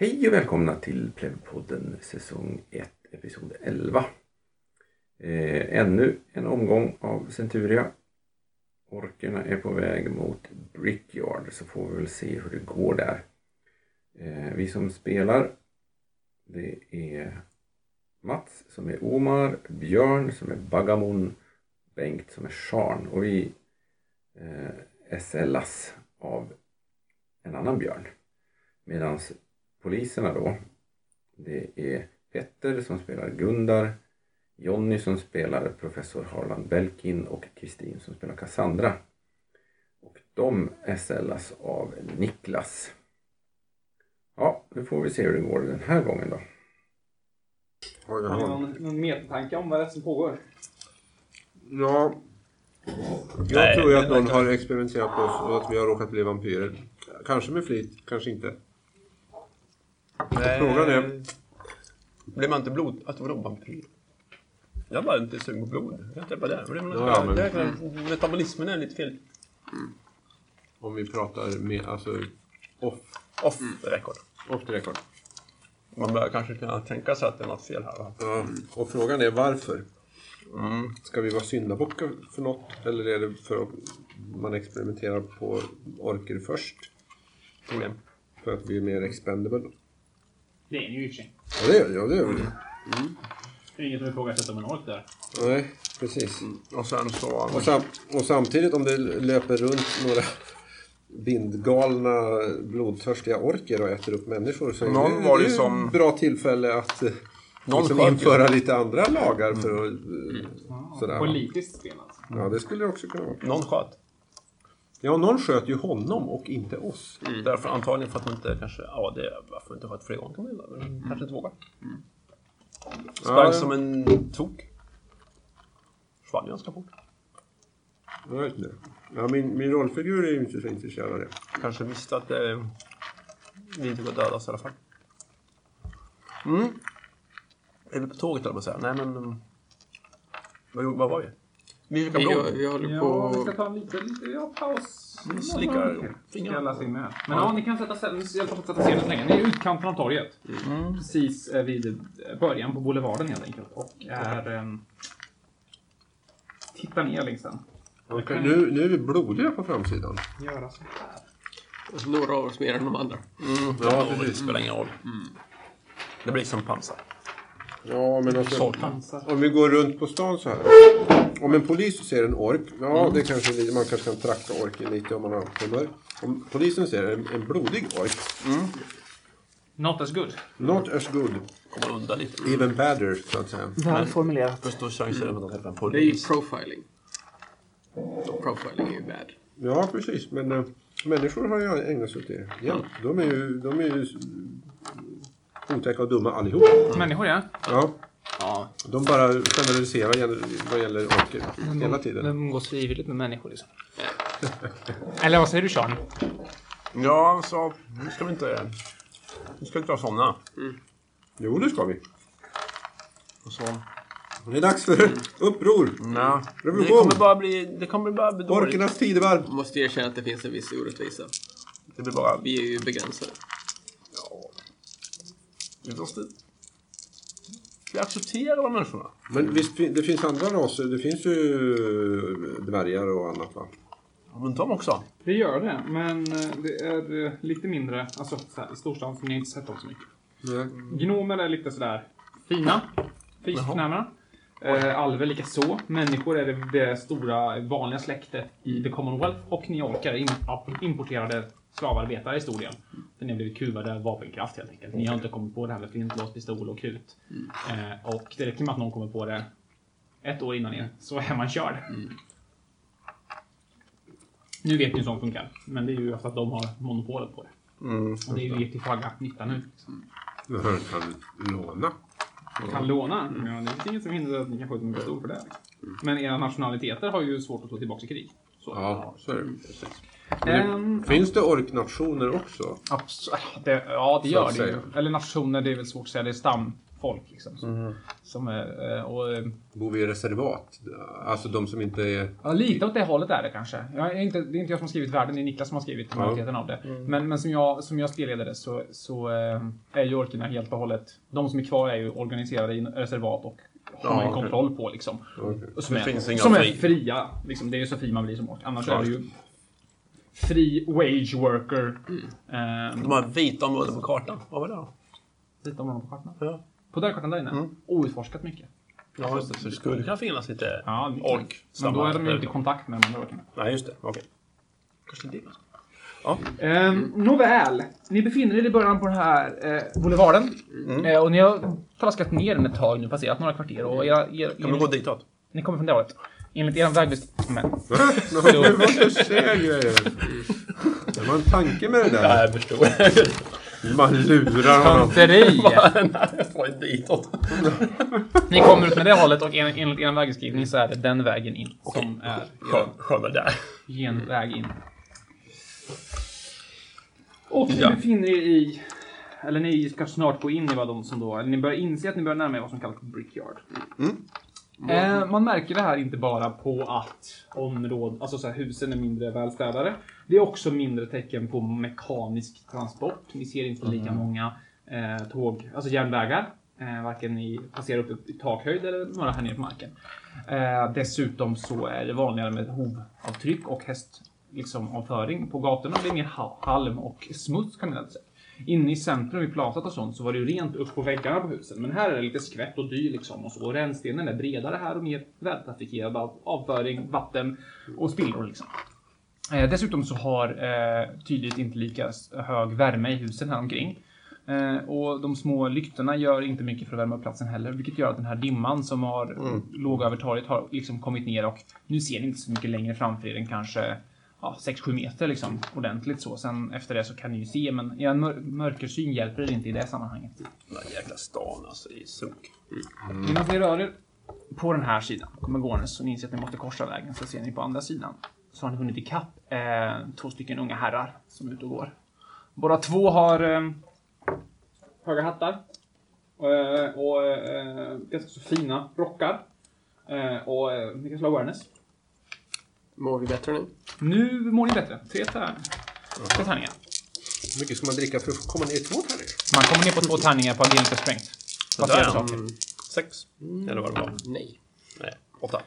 Hej och välkomna till Plevpodden säsong 1, episod 11. Ännu en omgång av Centuria. Orkerna är på väg mot Brickyard, så får vi väl se hur det går där. Vi som spelar, det är Mats som är Omar, Björn som är Bagamon, Bengt som är Sharn och vi SLas av en annan Björn. Medan poliserna då, det är Petter som spelar Gundar, Jonny som spelar professor Harlan Belkin och Kristin som spelar Cassandra. Och de SLas av Niklas. Ja, nu får vi se hur det går den här gången då. Har ni någon metatanke om vad det är som pågår? Ja, jag tror ju att någon har experimenterat på oss och att vi har råkat bli vampyrer. Kanske med flit, kanske inte. Frågan är... Blir man inte blod? Att vara vampyr? Jag var inte sugen på blod. Jag tänkte på det. Metabolismen är lite fel. Om vi pratar med, alltså... Off record. Off the record. Man bör kanske kunna tänka sig att det är något fel här. Va? Ja, och frågan är varför? Ska vi vara syndabockar för något? Eller är det för att man experimenterar på orker först? Problem. För att vi är mer expendable? Det är ju i och för sig. Ja, det är det. Det är inget som ifrågasätter om en ork där. Nej, precis. Och sen så... Och samtidigt om det löper runt några bindgalna, blodtörstiga orker och äter upp människor så är det som... ett bra tillfälle att införa lite andra lagar för att... Sådär. Politiskt spel alltså. Ja, det skulle det också kunna vara. Någon sköt. Ja, någon sköt ju honom och inte oss. Därför antagligen för att man inte kanske... Ja, det är varför inte sköt fler gånger kan man göra. Men kanske inte vågar. Sprang som en tok. Svann ganska fort. Jag vet inte. Ja, min rollfigur är ju inte så intresserad av det. Kanske visste att vi inte går dödas i alla fall. Är vi på tåget eller vad säger? Nej men... Vad var vi? Vi håller på... vi ska ta en lite paus. Vi slickar fingrarna. Men ja, ni kan sätta scenen så länge. Ni är i utkanten av torget. Precis vid början på boulevarden helt enkelt. Och är... titta ner längs den. Okay, nu är vi blodiga på framsidan. Göra så här. Och några av oss mer än de andra. Ja, det spelar ingen roll. Det blir som pansar. Ja, men alltså, om vi går runt på stan så här. Om en polis ser en ork, ja det kanske man kanske kan tracka orken lite om man har humör. Om polisen ser en blodig ork. Not as good. Not as good. Kommer undan lite. Even better, så att säga. Väl formulerat. Förstår chansen att de kan få det är ju profiling. Och profiling är ju bad. Ja, precis. Men människor har ju ägnat sig åt det. Ja, de är ju otäcka och dumma allihop. Människor, ja. Ja. De bara generaliserar vad gäller orker hela tiden. De går frivilligt med människor liksom. Eller vad säger du, Sean? Ja, så nu ska vi inte vara sådana. Jo, det ska vi. Och så. Det är dags för uppror. Nej. Revolution. Det kommer bara bli dåligt. Orkernas tidevarv. Man måste erkänna att det finns en viss orättvisa. Det blir bara... Vi är ju begränsade. Ja. Vi accepterar de människorna. Men visst, det finns andra raser. Det finns ju dvärgar och annat, va? Ja, men de också. Det gör det, men det är lite mindre, alltså så här, i storstan som ni inte sett dem så mycket. Gnomer är lite sådär fina, fisknämna. Alver lika så. Människor är det stora vanliga släktet i The Commonwealth. Och ni orkar importerade slavarbetare i stor del. För ni har blivit kuvade av vapenkraft helt enkelt. Ni har inte kommit på det här med flintlås, pistol och krut. Och det räcker med att någon kommer på det ett år innan er, så är man körd. Nu vet ni hur sånt funkar. Men det är ju att de har monopolet på det. Och det är ju till fagra nytta nu. Kan låna. Kan låna? Ja, det är inget som hindrar att ni kan få ett pistol för det. Men era nationaliteter har ju svårt att ta tillbaka i krig. Så. Ja, så är det. Finns det orknationer också? Absolut. Ja, det gör det ju. Eller nationer, det är väl svårt att säga. Det är folk liksom. Som är, bor vi i reservat? Alltså de som inte är... Ja, lite åt det hållet är det kanske. Det är inte jag som har skrivit världen, det är Niklas som har skrivit majoriteten av det. Men som jag spelledare så är ju orkerna helt och hållet... De som är kvar är ju organiserade i reservat och har man kontroll på liksom. Som är fria. Liksom. Det är ju så fri man blir som ork. Annars är det ju fri wage worker. De har vita områden på kartan. Vad var det då? Vita områden på kartan? Ja. På där kartan där inne? Outforskat mycket. Ja, just det. Så det skulle kunna finnas lite ork. Men då är de ju inte i kontakt med de andra orkerna. Nej, just det. Okej. Kanske det. Ja. Nåväl, ni befinner er i början på den här boulevarden. Och ni har traskat ner den ett tag nu, passerat några kvarter. Och kan vi gå ditåt? Ni kommer från det hållet. Enligt er vägbeskrivning. Du måste se grejer. Det var en tanke med det där. Ja, jag förstår. Man lurar honom. Konteri! Var ditåt. Ni kommer ut med det hållet och enligt er vägbeskrivning så är det den vägen in som är själva där. Genväg in. Och ni befinner er i... Eller ni ska snart gå in i vad de som då... Eller ni börjar inse att ni börjar närma er vad som kallas brickyard. Man märker det här inte bara på att alltså så här, husen är mindre välstädade. Det är också mindre tecken på mekanisk transport. Ni ser inte lika många tåg, alltså järnvägar. Varken ni passerar upp i takhöjd eller några här nere på marken. Dessutom så är det vanligare med hovavtryck och avföring på gatorna. Det är mer halm och smuts kan ni säga. Inne i centrum i plazat och sånt så var det ju rent upp på väggarna på husen. Men här är det lite skvätt och dyr liksom. Och så rännstenen är bredare här och mer vältrafikerad av avföring, vatten och spillror liksom. Dessutom så har tydligt inte lika hög värme i husen här omkring. Och de små lyktorna gör inte mycket för att värma upp platsen heller. Vilket gör att den här dimman som har låg över torget har liksom kommit ner. Och nu ser ni inte så mycket längre framför er än kanske 6-7 meter liksom, ordentligt så. Sen efter det så kan ni ju se, men en mörkersyn hjälper det inte i det sammanhanget. Den där jäkla stan alltså i sunk. Innan ni rör er på den här sidan, kommer gåendes och ni inser att ni måste korsa vägen, så ser ni på andra sidan. Så har ni hunnit ikapp 2 stycken unga herrar som är ute och går. Båda två har höga hattar och ganska så fina rockar och ni kan slå awareness. Mår vi bättre nu? Nu mår ni bättre. 3 tärningar. Hur mycket ska man dricka för att komma ner i 2 tärningar? Man kommer ner på 2 tärningar på agility strength. Baserat saker. 6. Eller vad det var. Nej. 8.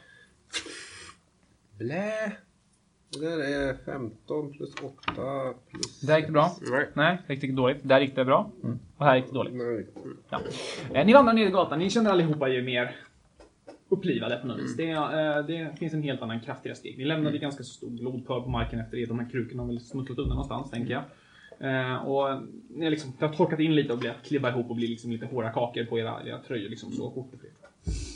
Blä. Det där är 15 plus 8 plus... Där gick det bra. Nej, riktigt dåligt. Där gick det bra. Och här gick det dåligt. Nej. Ja. Ni vandrar ner i gatan. Ni känner allihopa ju mer upplivade på något vis. Det finns en helt annan kraftigare steg. Ni lämnade ganska stor blodpöl på marken efter det. De här krukorna har väl smuttlat undan någonstans, tänker jag. Och ni har torkat in lite och blivit klibba ihop och blir liksom lite hårda kakor på era tröjor liksom så hårt och fritt.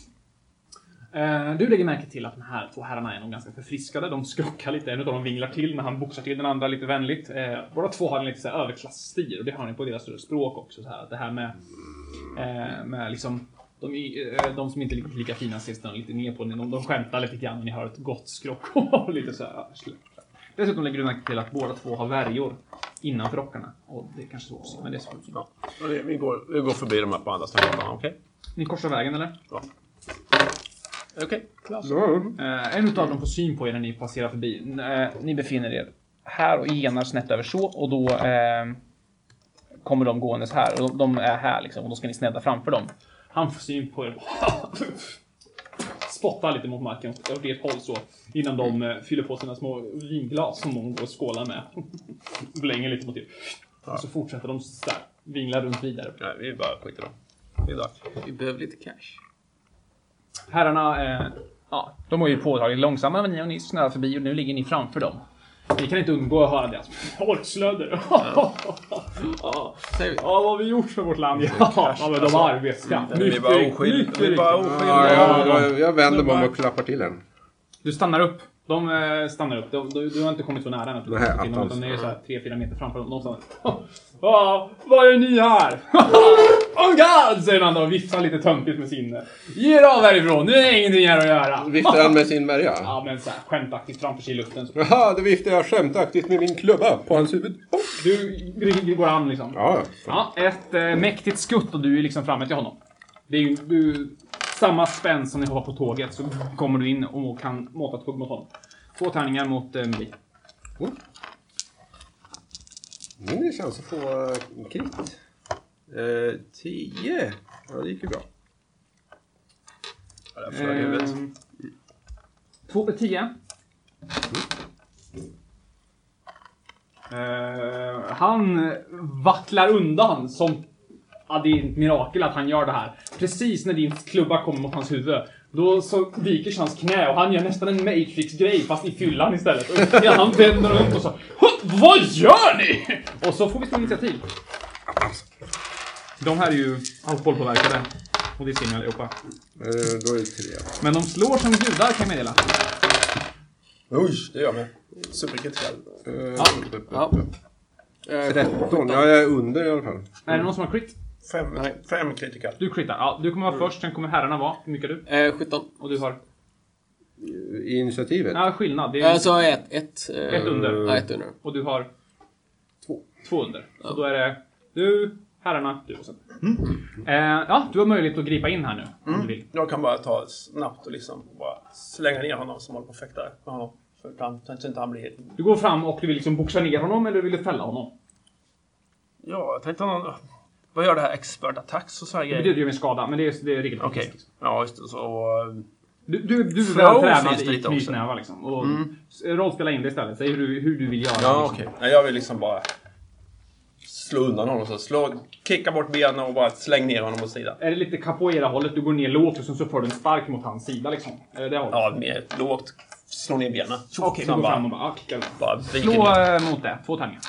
Du lägger märke till att de här 2 herrarna är nog ganska förfriskade. De skrockar lite, en av dem vinglar till när han boxar till den andra lite vänligt. Båda 2 har en lite så här överklassstil och det har ni på deras språk också så här, att det här med liksom de som inte är lika fina ses lite ner på den. De skämtar lite grann och ni hör ett gott skrock och lite så här. Dessutom lägger du märke till att båda 2 har värjor innanför rockarna. Och det är kanske svårt att se, men det är svårt. Ja. Vi går förbi de här på andra sidan. Okej. Ni korsar vägen, eller? Ja. Okej, klart. En utav dem får syn på er när ni passerar förbi. Ni befinner er här och genar snett över så. Och då kommer de gåendes här. Och de är här liksom. Och då ska ni snedda framför dem. Han får syn på er. Spottar lite mot marken åt ert håll så. Innan de fyller på sina små vinglas som de går och skålar med. Blänger lite mot er. Och så fortsätter de så här, vingla runt vidare. Nej, vi bara skiter dem. Vi behöver lite cash. Herrarna, de är ju påtagligt långsamma, men ni och ni snöar förbi och nu ligger ni framför dem. Ni kan inte undgå att höra deras orkslöder. Vad har vi gjort för vårt land? Ja, men de arbetar. Vi är bara oskyldiga. Jag vänder mig om och klappar till en. Du stannar upp. De stannar upp. Du har inte kommit så nära naturligtvis. De är så här 3-4 meter framför dem. De stannar. Vad är ni här? Oh God, säger han då och viftar lite tömpigt med sin. Ge er av härifrån, nu är ingenting här att göra. Viftar han med sin värja? Ja, men så här skämtaktigt framför sig i luften. Så. Jaha, då viftar jag skämtaktigt med min klubba på hans huvud. Du går an liksom. Ja. Ett mäktigt skutt och du är liksom framme till honom. Det är ju samma spänn som ni har på tåget, så kommer du in och kan måta ett hugg mot honom. 2 tärningar mot Meli. Min chans att få krit. 10. Ja, det gick ju bra. Ja, det är huvudet. 10. Han vacklar undan som... Ja, det är ett mirakel att han gör det här. Precis när din klubba kommer mot hans huvud, då så viker hans knä och han gör nästan en Matrix-grej fast i fyllan istället. Och han vänder runt och så: vad gör ni? Och så får vi ta initiativ. De här är ju alkoholpåverkade. Och det ser ni allihopa. Då är det 3. Men de slår som gudar, kan jag meddela. Oj, det gör jag med. Superkritikal. Ja. 13. Ja, jag är under i alla fall. Är det någon som har crit? 5 kritikal. Du kritar. Ja, du kommer vara först, sen kommer herrarna vara. Hur mycket är du? 17. Och du har? I initiativet? Ja, skillnad. Det är Alltså ett under. Ja, 1 under. Och du har? 2 under. Så då är det du, herrarna, du och sen. Ja, du har möjlighet att gripa in här nu. Om du vill. Jag kan bara ta snabbt och liksom bara slänga ner honom som håller på att fäkta med honom. Så inte han blir... Du går fram och du vill liksom boxa ner honom eller vill du fälla honom? Ja, jag tänkte honom... Vad gör det här expert attacks och så här Det grejer? betyder ju med skada, men det är regelmässigt. Okej. Ja, just det. Så... Du är väl Flow tränad finns det i lite knytnävar liksom. Och rollspela in det istället. Säg hur du vill göra. Ja, liksom. okej. Nej, jag vill liksom bara slå undan honom. Så kicka bort benen och bara släng ner honom på sidan. Är det lite capoeira-hållet? Du går ner lågt och sen så får du en spark mot hans sida liksom. Är det det hållet? Ja, mer lågt. Slå ner benen. Okej, du går fram och bara kickar. Bara viker Slå ner. mot det. 2 tärningar.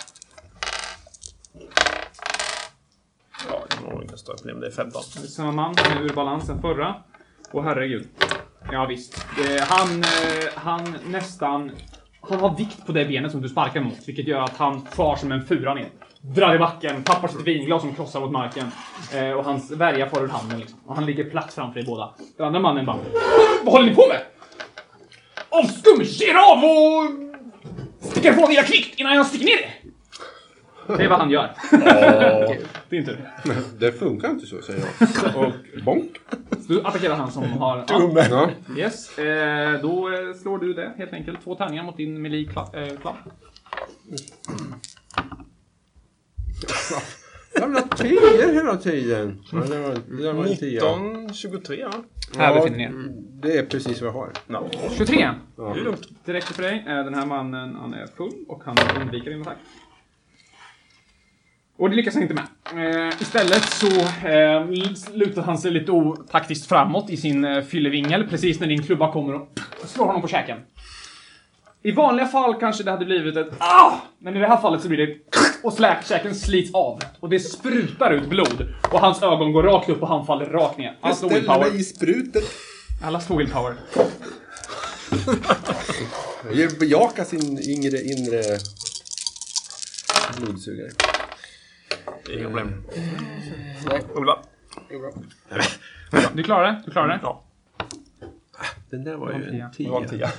Ja, det är nog inga större problem. Det är 15. Det är samma man, han är ur balansen förra. Och herregud. Ja visst. Han nästan... Han har vikt på det benet som du sparkar mot. Vilket gör att han far som en fura ner. Drar i backen, tappar sitt vinglas som krossar mot marken. Och hans värja far ur handen liksom. Och han ligger platt framför er båda. Den andra mannen bara: vad håller ni på med? Avskum, ger av och... sticker på era kvickt innan jag sticker ner det. Det är vad han gör. Din tur. Det funkar inte så, säger jag. Och bonk. Du attackerar han som har... Ja. Yes. Då slår du det helt enkelt. 2 tärningar mot din melee-klapp. Jävla 10 hela tiden. Ja, det var en 10. 19, 23, va? Här befinner ni er. Det är precis vad jag har. No. 23. Ja. Det är lugnt. Direkt för dig. Den här mannen, han är full och han undviker din attack. Och det lyckas han inte med. Istället så lutar han sig lite otaktiskt framåt i sin fyllevingel. Precis när din klubba kommer och slår honom på käken. I vanliga fall kanske det hade blivit ett men i det här fallet så blir det och käken slits av. Och det sprutar ut blod. Och hans ögon går rakt upp och han faller rakt ner. Jag ställer mig i sprutet. Alla slår willpower. Jag bejakar sin inre blodsugare. Det är inga problem. Nej. Ola. Du klarar det? Du klarar det? Ja. Den där var ju en 10. Det var en 10.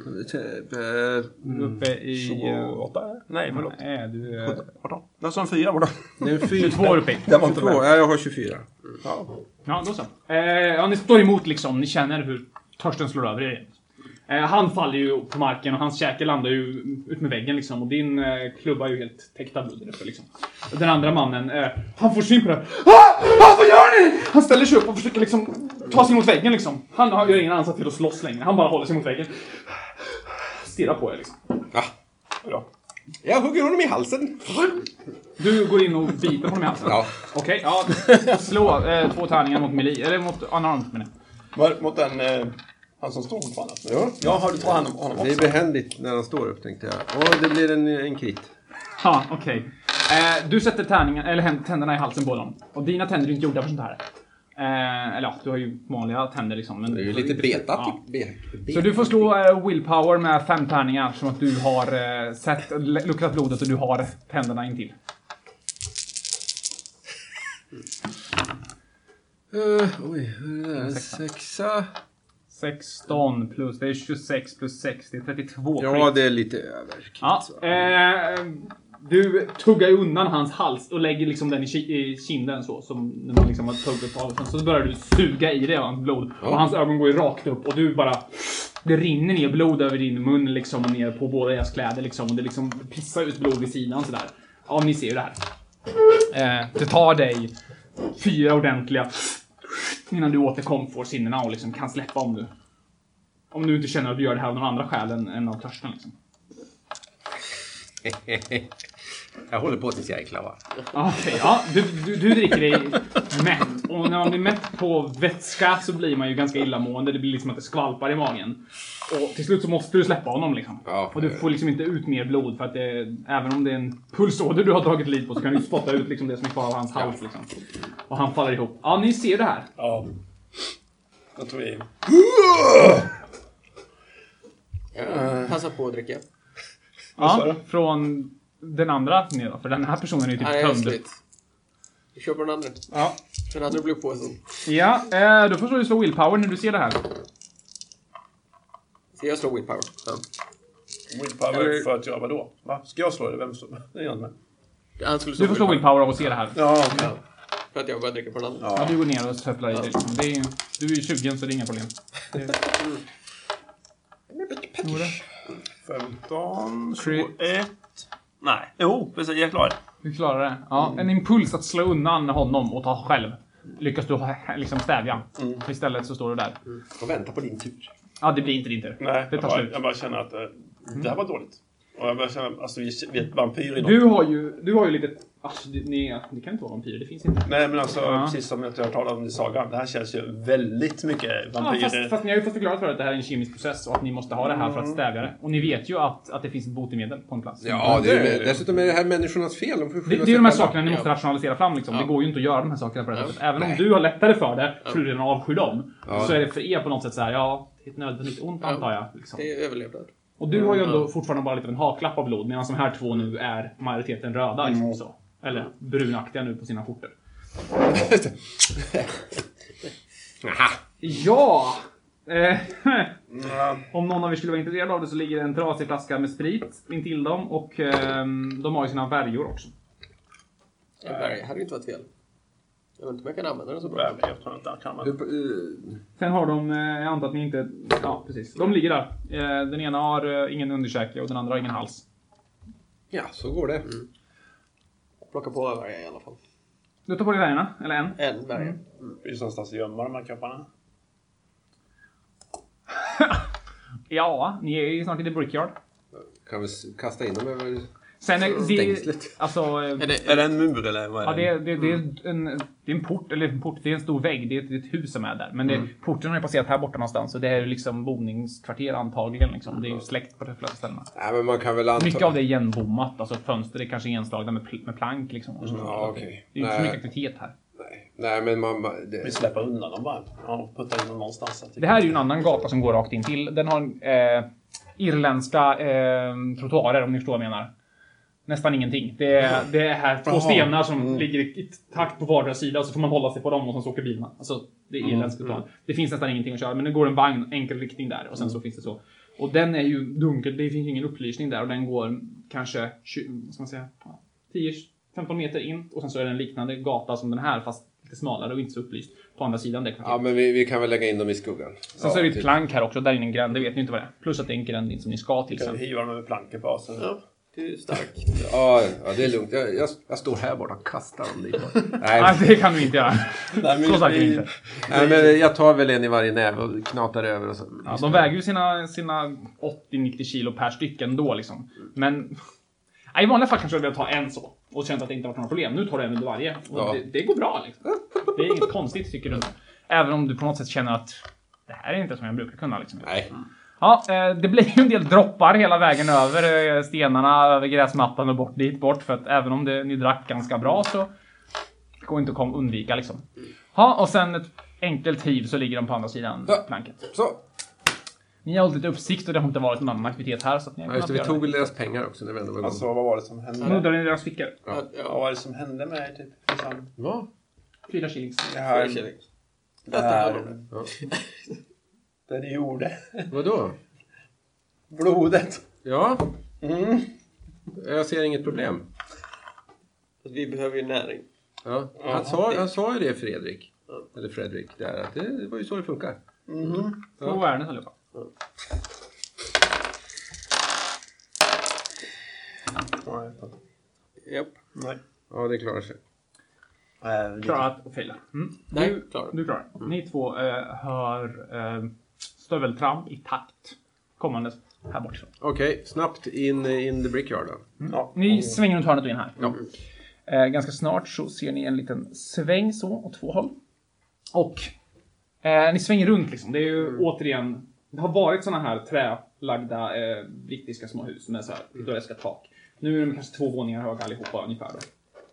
Uppe i... 28? Nej, förlåt. Nej, du är... 18. Det är som 4 var det. Det är en 22 uppe i. Det var inte 22. med. Ja, jag har 24. Ja, då så. Ja, ni står emot liksom. Ni känner hur törsten slår över er. Han faller ju på marken och hans käke landar ju ut med väggen liksom. Och din klubba är ju helt täckt av blod uppe liksom. Och den andra mannen, han får syn på det. Vad gör ni? Han ställer sig upp och försöker liksom ta sig mot väggen liksom. Han gör ingen ansats till att slåss längre. Han bara håller sig mot väggen. Stirrar på er liksom. Bra. Jag hugger honom i halsen. Du går in och biter honom i halsen. Ja. Okej, ja. Slå 2 tärningar mot melee. Eller mot unarmed menar jag. Mot den... Han som står fortfarande. Ja. Ja, har du tagit hand om honom också? Det är behändigt när han står upp, tänkte jag. Och det blir en krit. Ja, okej. Du sätter tänderna i halsen på dem. Och dina tänder är inte gjorda för sånt här. Eller ja, du har ju vanliga tänder liksom. Men Det är ju lite betat. Ja. Så du får slå willpower med 5 tärningar. Som att du har luktat blodet och du har tänderna intill. Oj, hur är det? 6. 16 plus, det är 26 plus 6, det är 32. Ja, det är lite över. Ja, Du tuggar ju undan hans hals och lägger liksom den i kinden så. Som när man liksom har tuggat på av. Så börjar du suga i det av hans blod. Och hans ögon går ju rakt upp och du bara... Det rinner ner blod över din mun liksom och ner på båda deras kläder liksom. Och det liksom pissar ut blod vid sidan sådär. Ja, ni ser ju det här. Det tar dig 4 ordentliga innan du återkom får sinnena och liksom kan släppa om du inte känner att du gör det här av någon andra skäl än av törsten liksom. Jag håller på tills jag är klar. Okej, ja. Du dricker dig mätt. Och när man blir mätt på vätska så blir man ju ganska illamående. Det blir liksom att det skvalpar i magen. Och till slut så måste du släppa honom liksom. Ja, och du får liksom inte ut mer blod för att även om det är en pulsåder du har dragit liv på så kan du spotta ut liksom det som är kvar av hans hals liksom. Och han faller ihop. Ja, ni ser det här. Ja. Jag tror vi... Passa på att dricka. Ja, från den andra ner då, för den här personen är ju typ tömd. Vi kör på den andra. Ja. Den andra blir på sen. Ja, då får du slå willpower när du ser det här. Så jag slår willpower. Ja. Willpower för att jag vadå? Va? Ska jag slå det? Vem slår det? Jag med. Du får slå willpower av att se det här. Ja, okej. För att jag bara dricker på den andra. Ja, du går ner och söpplar i det. Du är ju 20 så det är inga problem. 15, 21. Nej, jo, precis, jag klarar det. Du klarar det. Ja, en impuls att slå undan honom och ta själv. Lyckas du liksom stävja. Istället så står du där. Och vänta på din tur. Ja, det blir inte din tur. Nej, det tar slut. Jag bara känner att det här var dåligt. Och jag bara känner, alltså vi är ett vampyr i Du har ju lite... Alltså, det kan inte vara vampyrer, det finns inte. Nej, men alltså, precis som jag har talat om i sagan. Det här känns ju väldigt mycket vampyrer. Ja, fast ni har ju fått förklarat för att det här är en kemisk process och att ni måste ha det här för att stävja det. Och ni vet ju att det finns ett botemedel på en plats. Ja, dessutom är det här människornas fel. Det är de här sakerna ni måste rationalisera fram liksom. Det går ju inte att göra de här sakerna på det sättet. Även om du har lättare för det, för du redan avskyr dem. Så är det för er på något sätt så här, det är ett nödvändigt ont antar jag. Liksom. Det är överlevnad. Och du har ju ändå fortfarande bara lite en haklapp av blod, medan de här två nu är majoriteten röda. Liksom, så. Eller brunaktiga nu på sina skjortor. Ja! Om någon av er skulle vara intresserad av det så ligger en trasig flaska med sprit intill dem. Och de har ju sina värjor också. Det hade inte varit fel. Jag vet inte om jag kan använda den så bra. Jag tror inte jag kan använda den. Sen har de, jag antar att ni inte... Ja, precis. De ligger där. Den ena har ingen underkäke och den andra har ingen hals. Ja, så går det. Plocka på varje i alla fall. Du tar på dig värjarna, eller en? En varje. Finns det någonstans att gömma de här kropparna? Ja, ni är ju snart i The Brickyard. Kan vi kasta in dem över sen är stängslet? Alltså, är det en mur eller vad är det? Ja, det är en port, eller en port, det är en stor vägg, det är ett hus som är där. Men porten har ju passerat här borta någonstans, så det är liksom boningskvarter antagligen liksom. Det är ju släkt på de flesta ställena. Nej, men man kan väl mycket av det är igenbommat, alltså fönster är kanske enslagna med plank liksom. Ja, okej. Det är inte så mycket aktivitet här. Nej, men vi släpper undan dem bara. Ja, putta in dem någonstans. Det här är ju en annan gata som går rakt in till. Den har irländska trottoarer, om ni förstår vad jag menar. Nästan ingenting. Det är här två stenar som ligger i takt på vardera sida och så får man hålla sig på dem och sen så åker bilarna. Alltså, det är irländska trottoarer. Det finns nästan ingenting att köra, men det går en vagn, enkel riktning där och sen så finns det så. Och den är ju dunkel, det finns ingen upplysning där och den går kanske 10-15 meter in och sen så är det en liknande gata som den här fast lite smalare och inte så upplyst på andra sidan det kvarteret. Ja, men vi kan väl lägga in dem i skuggan. Sen så är det ett plank här också, där är en gränd, det vet ni inte vad det är. Plus att det är en gränd in som ni ska till sen. Kan vi hiva dem över planket på sen? Ja, det är starkt. Ja, det är lugnt. Jag står här borta och kastar dem dit. Nej, det kan du inte göra. Nej, så sagt inte. Nej, men jag tar väl en i varje näve och knatar över och så. Ja, de väger ju sina 80-90 kilo per styck ändå liksom. Men i vanliga fall kanske jag vill ta en så och känt att det inte var några problem. Nu tar du en under varje och det går bra liksom. Det är inget konstigt tycker du. Även om du på något sätt känner att det här är inte som jag brukar kunna liksom. Nej. Ja, det blir ju en del droppar hela vägen över stenarna, över gräsmattan och bort för att även om ni drack ganska bra så går inte att undvika liksom. Ja, och sen ett enkelt hiv så ligger de på andra sidan planket. Så. Ni har hållit lite uppsikt och det har inte varit någon annan aktivitet här så att ni har just det, vi tog väl deras pengar också när vi ändå var alltså vad var det som hände? Nuddade ni deras fickor? Ja. Vad var det som hände med er typ? Vad? 4 shillings. Det ni gjorde. Vadå? Blodet. Ja. Jag ser inget problem. Att vi behöver ju näring. Ja, han sa ju det Fredrik. Eller Fredrik där, att det var ju så det funkar. Två värden allihopa. Japp. Nej. Ja, det klarar sig. Klarat och failat. Nej, Du klarar. Ni två hör stöveltramp i takt kommandes här bortifrån. Okej, snabbt in the brickyard då. Ja, ni svänger runt hörnet och in här. Ganska snart så ser ni en liten sväng så åt två håll. Och ni svänger runt liksom. Det är ju återigen, det har varit såna här trälagda brittiska små hus med så här pittoreska tak. Nu är de kanske 2 våningar höga allihopa ungefär då.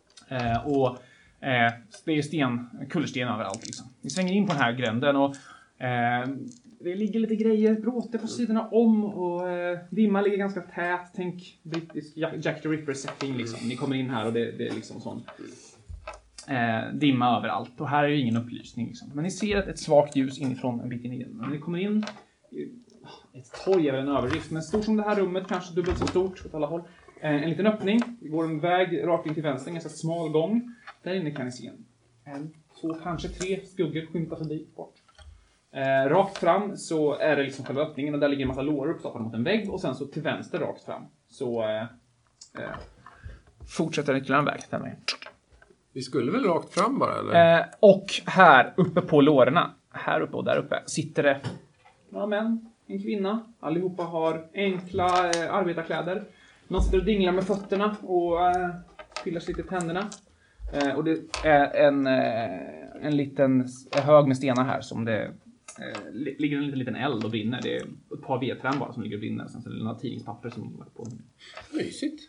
Det är kullersten överallt liksom. Ni svänger in på den här gränden och det ligger lite grejer, bråte på sidorna om och dimma ligger ganska tät. Tänk brittisk Jack the Ripper setting liksom. Ni kommer in här och det är liksom sån dimma överallt. Och här är ju ingen upplysning liksom. Men ni ser ett svagt ljus inifrån en bit in i den. När ni kommer in, ett torg är väl en överdrift, men stort som det här rummet, kanske dubbelt så stort åt alla håll. En liten öppning, det går en väg rakt in till vänster, en ganska smal gång. Där inne kan ni se en, 2, kanske 3 skuggor skymta förbi bort. Rakt fram så är det liksom själva öppningen och där ligger en massa låror uppstoppade mot en vägg och sen så till vänster rakt fram så fortsätter det ytterligare en väg den vägen. Vi skulle väl rakt fram bara eller? Och här uppe på lårorna, här uppe och där uppe sitter det några män, en kvinna. Allihopa har enkla arbetarkläder. Någon sitter och dinglar med fötterna och pillar sig lite i tänderna. Och det är en liten hög med stenar här som det ligger en liten eld och brinner. Det är ett par vedträn bara som ligger och brinner. Sen så är det några tidningspapper som ligger på. Mysigt.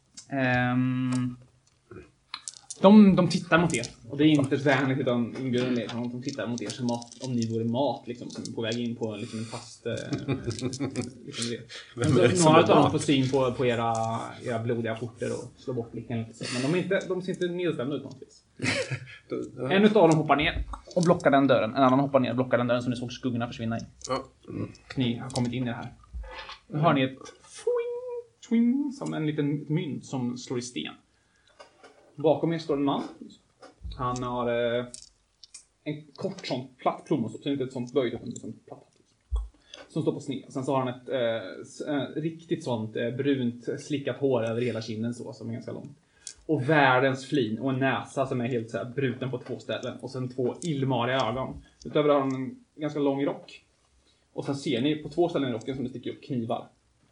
De tittar mot er. Och det är inte vänligt utan inbjudande. De tittar mot er som om ni vore mat liksom, som är på väg in på liksom en fast liksom det. Några av dem får syn på era blodiga porter och slår bort blicken lite. Men de ser inte nedstämda ut någonstvis. En utav dem hoppar ner och blockar den dörren. En annan hoppar ner och blockar den dörren som ni såg skuggorna försvinna i. Ni har kommit in i det här. Nu hör ni ett twing, som en liten mynt som slår i sten. Bakom er står en man. Han har en kort sån platt plommonstop. Så inte ett sånt böjd utan ett sånt platt. Som står på sned. Sen så har han ett riktigt sånt brunt slickat hår över hela kinden så som är ganska långt. Och världens flin och en näsa som är helt så här bruten på 2 ställen. Och sen 2 illmariga ögon. Utöver har han en ganska lång rock. Och sen ser ni på 2 ställen i rocken som det sticker upp knivar.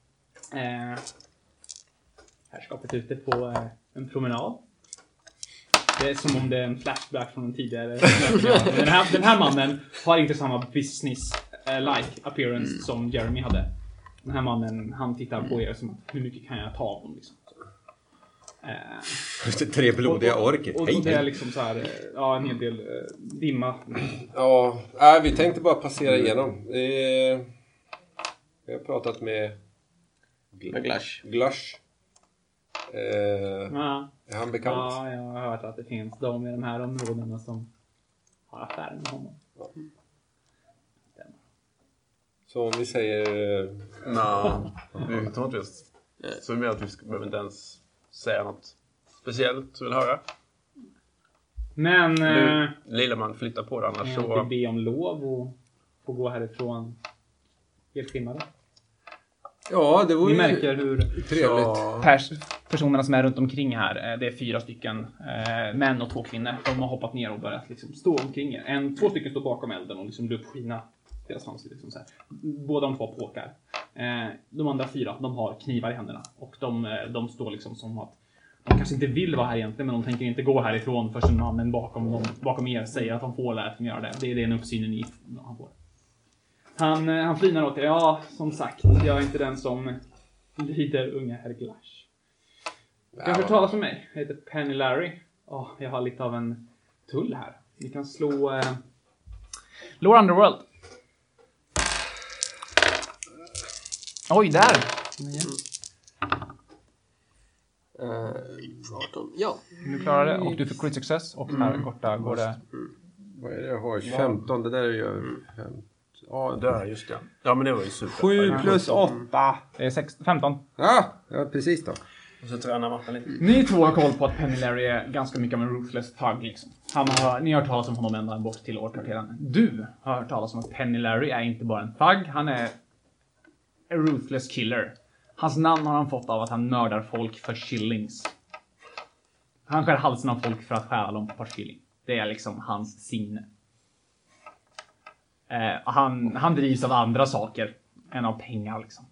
Herrskapet ute på en promenad. Det är som om det är en flashback från en tidigare. Den här mannen har inte samma business-like appearance som Jeremy hade. Den här mannen, han tittar på er som att hur mycket kan jag ta av dem liksom. 3 blodiga orker. Och det är liksom så här, ja, en hel del dimma. Ja, vi tänkte bara passera igenom. Vi har pratat med Glash. Är han bekant? Ja, jag har hört att det finns de i de här områdena som har affärer med honom. Ja. Så om vi säger... Vi tror inte så vi menar att vi behöver inte ens säga något speciellt så vill höra. Men... Lilla man flyttar på det annars så... Jag inte be om lov och få gå härifrån helt skimmade. Ja, det var ni märker hur trevligt. Personerna som är runt omkring här, det är 4 stycken män och 2 kvinnor. De har hoppat ner och börjat liksom stå omkring er. 2 stycken står bakom elden och liksom luftskina deras ansikte. Liksom så här. Båda de 2 påkar. De andra 4, de har knivar i händerna. Och de står liksom som att de kanske inte vill vara här egentligen, men de tänker inte gå härifrån förrän mannen bakom er säger att de får lära att göra det. Det är den uppsynen han får. Han flinar åt er. Ja, som sagt, jag är inte den som lyder unga herr Glash. Jag kan förtala för mig. Jag heter Penny Larry. Jag har lite av en tull här. Ni kan slå Lore Underworld. Oj, där! 18, ja. Du klarar det och du får crit success. Och här borta går det... Vad är det jag har? 15, det där är ju... Ja, där, just det. Ja, men det var ju super. 7 plus 8. Det är 15. Ja, precis då. Och så tränar vatten lite. Ni två har koll på att Penny Larry är ganska mycket av en ruthless thug liksom. Ni har hört talas om honom ända bort till årkvarteren. Du har hört talas om att Penny Larry är inte bara en thug, han är en ruthless killer. Hans namn har han fått av att han mördar folk för shillings. Han skär halsen av folk för att stjäla dem på shilling. Det är liksom hans sinne. Han drivs av andra saker än av pengar liksom.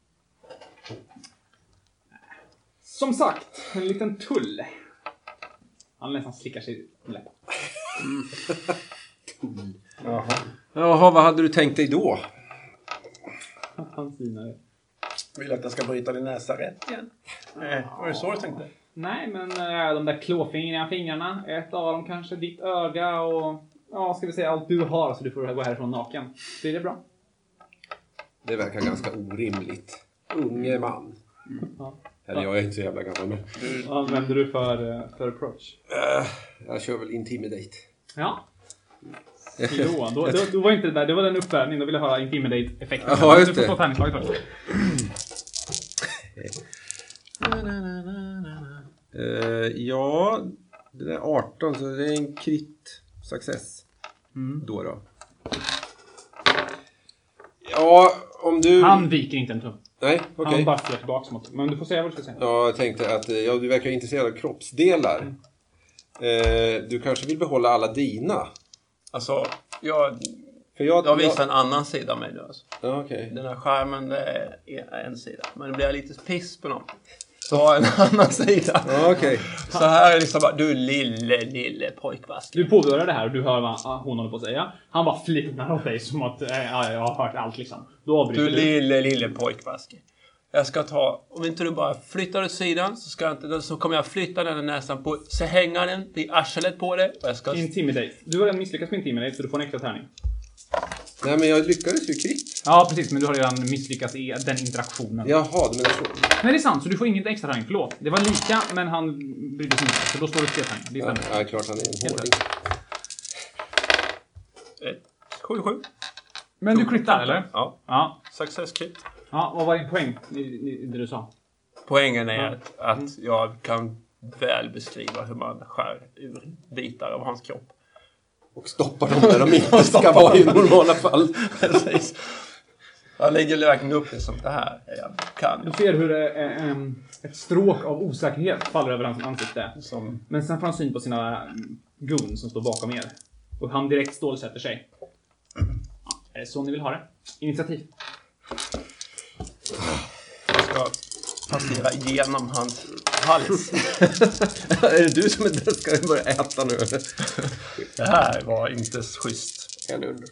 Som sagt, en liten tull. Han nästan slickar sig i läppen. Jaha, vad hade du tänkt dig då? Han sinar det. Vill att jag ska bryta din näsa rätt igen? Var det så du tänkte? Nej, men de där klåfingriga fingrarna. Ett av dem kanske ditt öga och... Ja, ska vi säga allt du har så du får gå härifrån naken. Blir det bra? Det verkar ganska orimligt. Unge man. Ja. Eller jag är inte så jävla gammal. Men... Vad använder du för approach? Jag kör väl intimidate. Ja. Jo, då var inte det där. Det var den uppvärmningen. Då ville jag höra intimidate-effekten. Ja, just det. Du får slå tärningslaget först. Ja, det där 18 så det är en crit success. Då. Ja, om du... Han viker inte en tum. Nej, okej. Han bara flyr tillbaka mot. Men du får säga vad du ska säga. Ja, jag tänkte att du verkar intresserad av kroppsdelar. Du kanske vill behålla alla dina. Alltså, jag visar en annan sida av mig nu alltså. Ja, okej. Den här skärmen, det är en sida. Men det blir lite piss på någon. Så har jag en annan sida. Ja, okej. Så här är liksom bara, du lille pojkvask. Du påbörjar det här och du hör vad hon håller på att säga. Han bara flinar åt dig som att jag har hört allt liksom. Då avbryter du. Lille pojkvask. Jag ska ta, om inte du bara flyttar åt sidan så kommer jag flytta den näsan på, så hänger den i arslet på det. Och jag ska... Intimidate. Du har redan misslyckats med Intimidate så du får en extra tärning. Nej, men jag lyckades ju krit. Ja, precis. Men du har redan misslyckats i den interaktionen. Jaha, du menar så. Nej, det är sant. Så du får ingen extra tärning. Förlåt. Det var lika, men han brydde sig inte. Så då står det 3 tärningar. Det stämmer. Ja, klart han är en hårding. 7. Men du kritar, eller? Ja. Success crit. Ja, vad var din poäng i det du sa? Poängen är att jag kan väl beskriva hur man skär ur bitar av hans kropp. Och stoppar dem där de inte ska vara i normala fall. Precis. Jag lägger verkligen upp det som det här jag kan. Du ser hur ett stråk av osäkerhet faller över hans ansikte. Men sen får han syn på sina gun som står bakom er. Och han direkt stålsätter sig. Ja, är det så ni vill ha det? Initiativ. Jag ska passera igenom hans hals. Är det du som är där? Ska du börja äta nu? Det här var inte schysst. En under.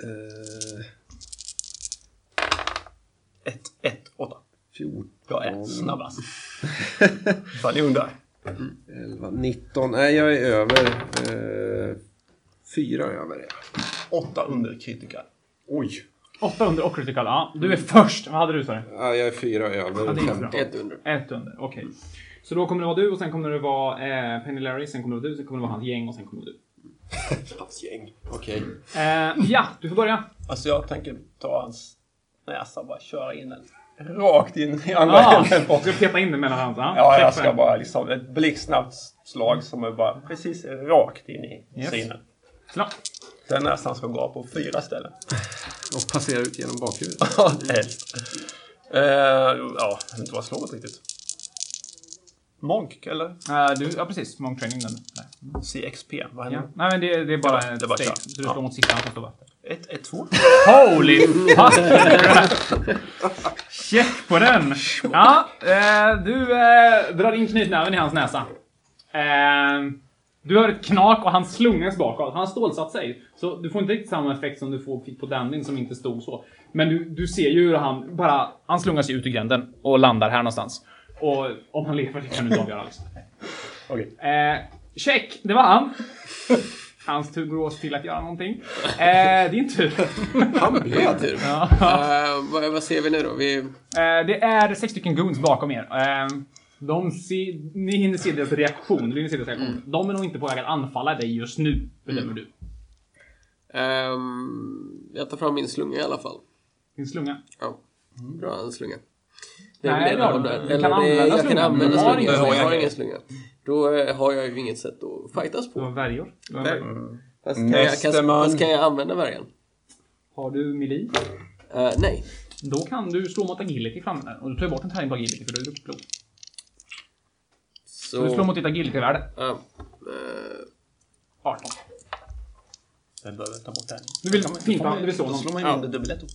8. 14. Jag är snabbast. Fan, ni undrar. 11, 19. Nej, jag är över. 4 över. 8 under critical. Oj. 8 under och critical. Ja, du är först. Vad hade du så? Ja, jag är 4 över. Ja, det är 15. 1 under. 1 under, okej. Så då kommer det vara du och sen kommer det vara Penny Larry, sen kommer det vara du, sen kommer det vara hans gäng och sen kommer det vara du. Hans gäng. Okej. Ja, du får börja. Alltså jag tänker ta hans näsa och bara köra in den rakt in i andra änden på. Ska du peppa in den mellan hans? Ja, jag ska bara liksom ett blixtsnabbt slag som är bara precis rakt in i synen. Slå. Den näsan ska gå på 4 ställen. Och passera ut genom bakhuvudet. Ja, helst. Jag vet inte vad slået riktigt. Monk, eller? Ja, precis. Monk training den. CXP, vad händer? Ja. Nej, men det är bara det var state. Så du slår mot siffran som står efter. 1, 2. Holy fuck! Check på den! Ja, du drar in knytnäven i hans näsa. Du hör ett knak och han slungas bakåt. Han har stålsatt sig. Så du får inte riktigt samma effekt som du fick på Dandin som inte stod så. Men du ser ju hur han slungar sig ut ur gränden och landar här någonstans. Och om han lever kan du inte avgöra liksom. Okej. Check, det var han. Hans tur går till att göra någonting. Din tur. Han blev tur. Vad ser vi nu då? Det är 6 stycken goons bakom er. Ni hinner se deras reaktion. De är nog inte på väg att anfalla dig just nu, bedömer du. Jag tar fram min slunga i alla fall. Din slunga? Ja, bra en slunga. Nej, jag kan använda slunga. Jag har ingen slunga. Då har jag ju inget sätt att fightas på. Du har värjor. Fast kan jag använda värjan? Har du melee? Nej. Då kan du slå mot agility framme. Och du tar bort en tärning på agility för du är luftblod. Så du slår mot ditt agility-värde. 18. Jag behöver ta bort den. Du vill finta, du vill slå någon. Då slår man in det dubbelt då.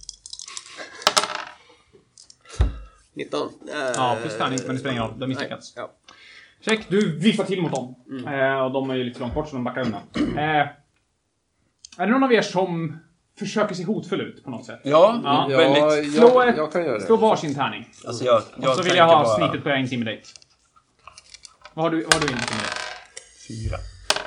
19. Ja, plus tärning, men det spelar ingen roll. Du har misslyckats. Ja. Check, du viftar till mot dem. Och de är ju lite långt bort så de backar undan. Är det någon av er som försöker se hotfull ut på något sätt? Ja. Väldigt. Jag kan göra det. Slå varsin tärning. Alltså jag och så vill jag ha snittet på intimidate. Vad har du intimidate? 4.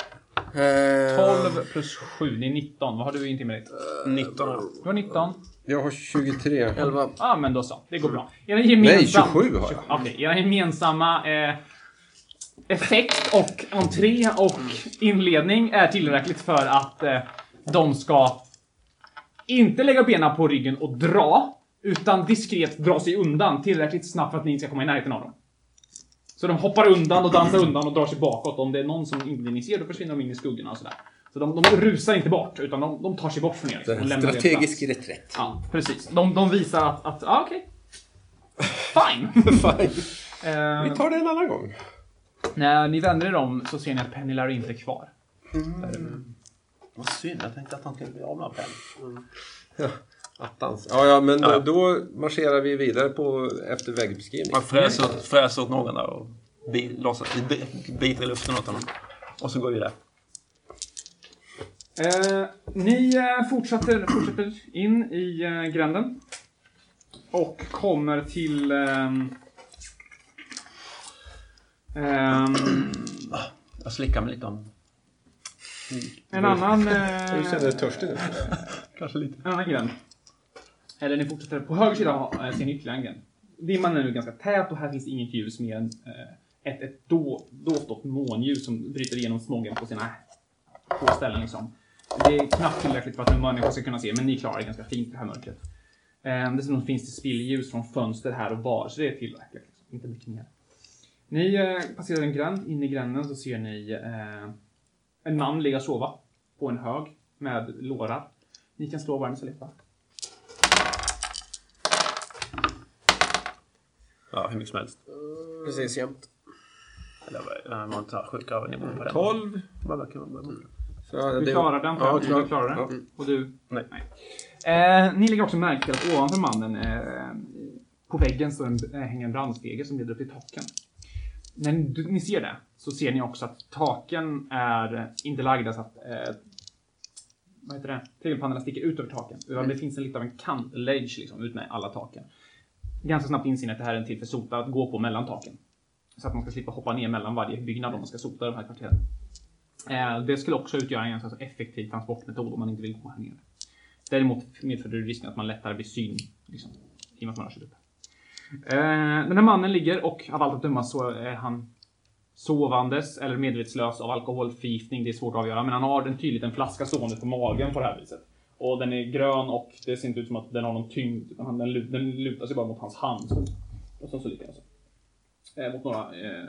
12 plus 7, det är 19. Vad har du intimidate? 19. Du har 19. Jag har 23. 11. Ja, men då så. Det går bra. Nej, 27 har jag. Okej, era gemensamma effekt och entré och inledning är tillräckligt för att de ska inte lägga benen på ryggen och dra, utan diskret dra sig undan tillräckligt snabbt för att ni ska komma i närheten av dem. Så de hoppar undan och dansar undan och drar sig bakåt. Om det är någon som inte ni ser, då försvinner de in i skuggorna och sådär. Så de rusar inte bort, utan de tar sig bort från er. Liksom, strategisk reträtt. Ja, precis. De visar att okej. Fine. Vi tar det en annan gång. När ni vänder er om så ser ni att Penny Larry inte är kvar. Vad synd, jag tänkte att han skulle bli av med Penny. Ja, men då marscherar vi vidare efter vägbeskrivning. Man fräser åt någon där och biter i luften åt honom. Och så går vi där. Ni fortsätter in i gränden. Och kommer till... jag slickar mig lite om... En annan... Du känner dig törstig nu? Kanske lite. En annan gränd. Eller ni fortsätter på höger sida ser ni ytterligare en gränd. Dimman är nu ganska tät och här finns inget ljus mer än ett dovt månljus som bryter igenom smogen på sina ställen liksom. Det är knappt tillräckligt för att en människa ska kunna se, men ni klarar det ganska fint det här mörkret. Dessutom finns det spillljus från fönster här och var, så det är tillräckligt. Liksom. Inte mycket mer. Ni passerar en gränd. In i gränden så ser ni en man ligga och sova på en hög med lårar. Ni kan slå varandra så lätt. Ja, hur mycket som helst. Precis jämt. Eller var inte så sjuk av nivån på den. 12. Vad verkar man börja med? Du klarar den. Ja, du klarar den. Ja. Och du? Nej. Ni lägger också märke till att ovanför mannen på väggen så hänger en brandstege som leder upp till taken. När ni ser det så ser ni också att taken är inte lagda så att tegelpannorna sticker ut över taken. Utan det finns en lite av en kant, ledge liksom, ut med alla taken. Ganska snabbt inser att det här är en till för sota att gå på mellan taken. Så att man ska slippa hoppa ner mellan varje byggnad om man ska sota de här kvarteren. Det skulle också utgöra en ganska effektiv transportmetod om man inte vill gå här ner. Däremot medför det risken att man lättare blir syn liksom, i och med att man rör sig upp. Den här mannen ligger och av allt att döma så är han sovandes eller medvetslös av alkoholförgiftning. Det är svårt att avgöra, men han har en flaska stående på magen på det här viset. Och den är grön och det ser inte ut som att den har någon tyngd. Utan den lutar sig bara mot hans hand. Och så ligger den så. Mot några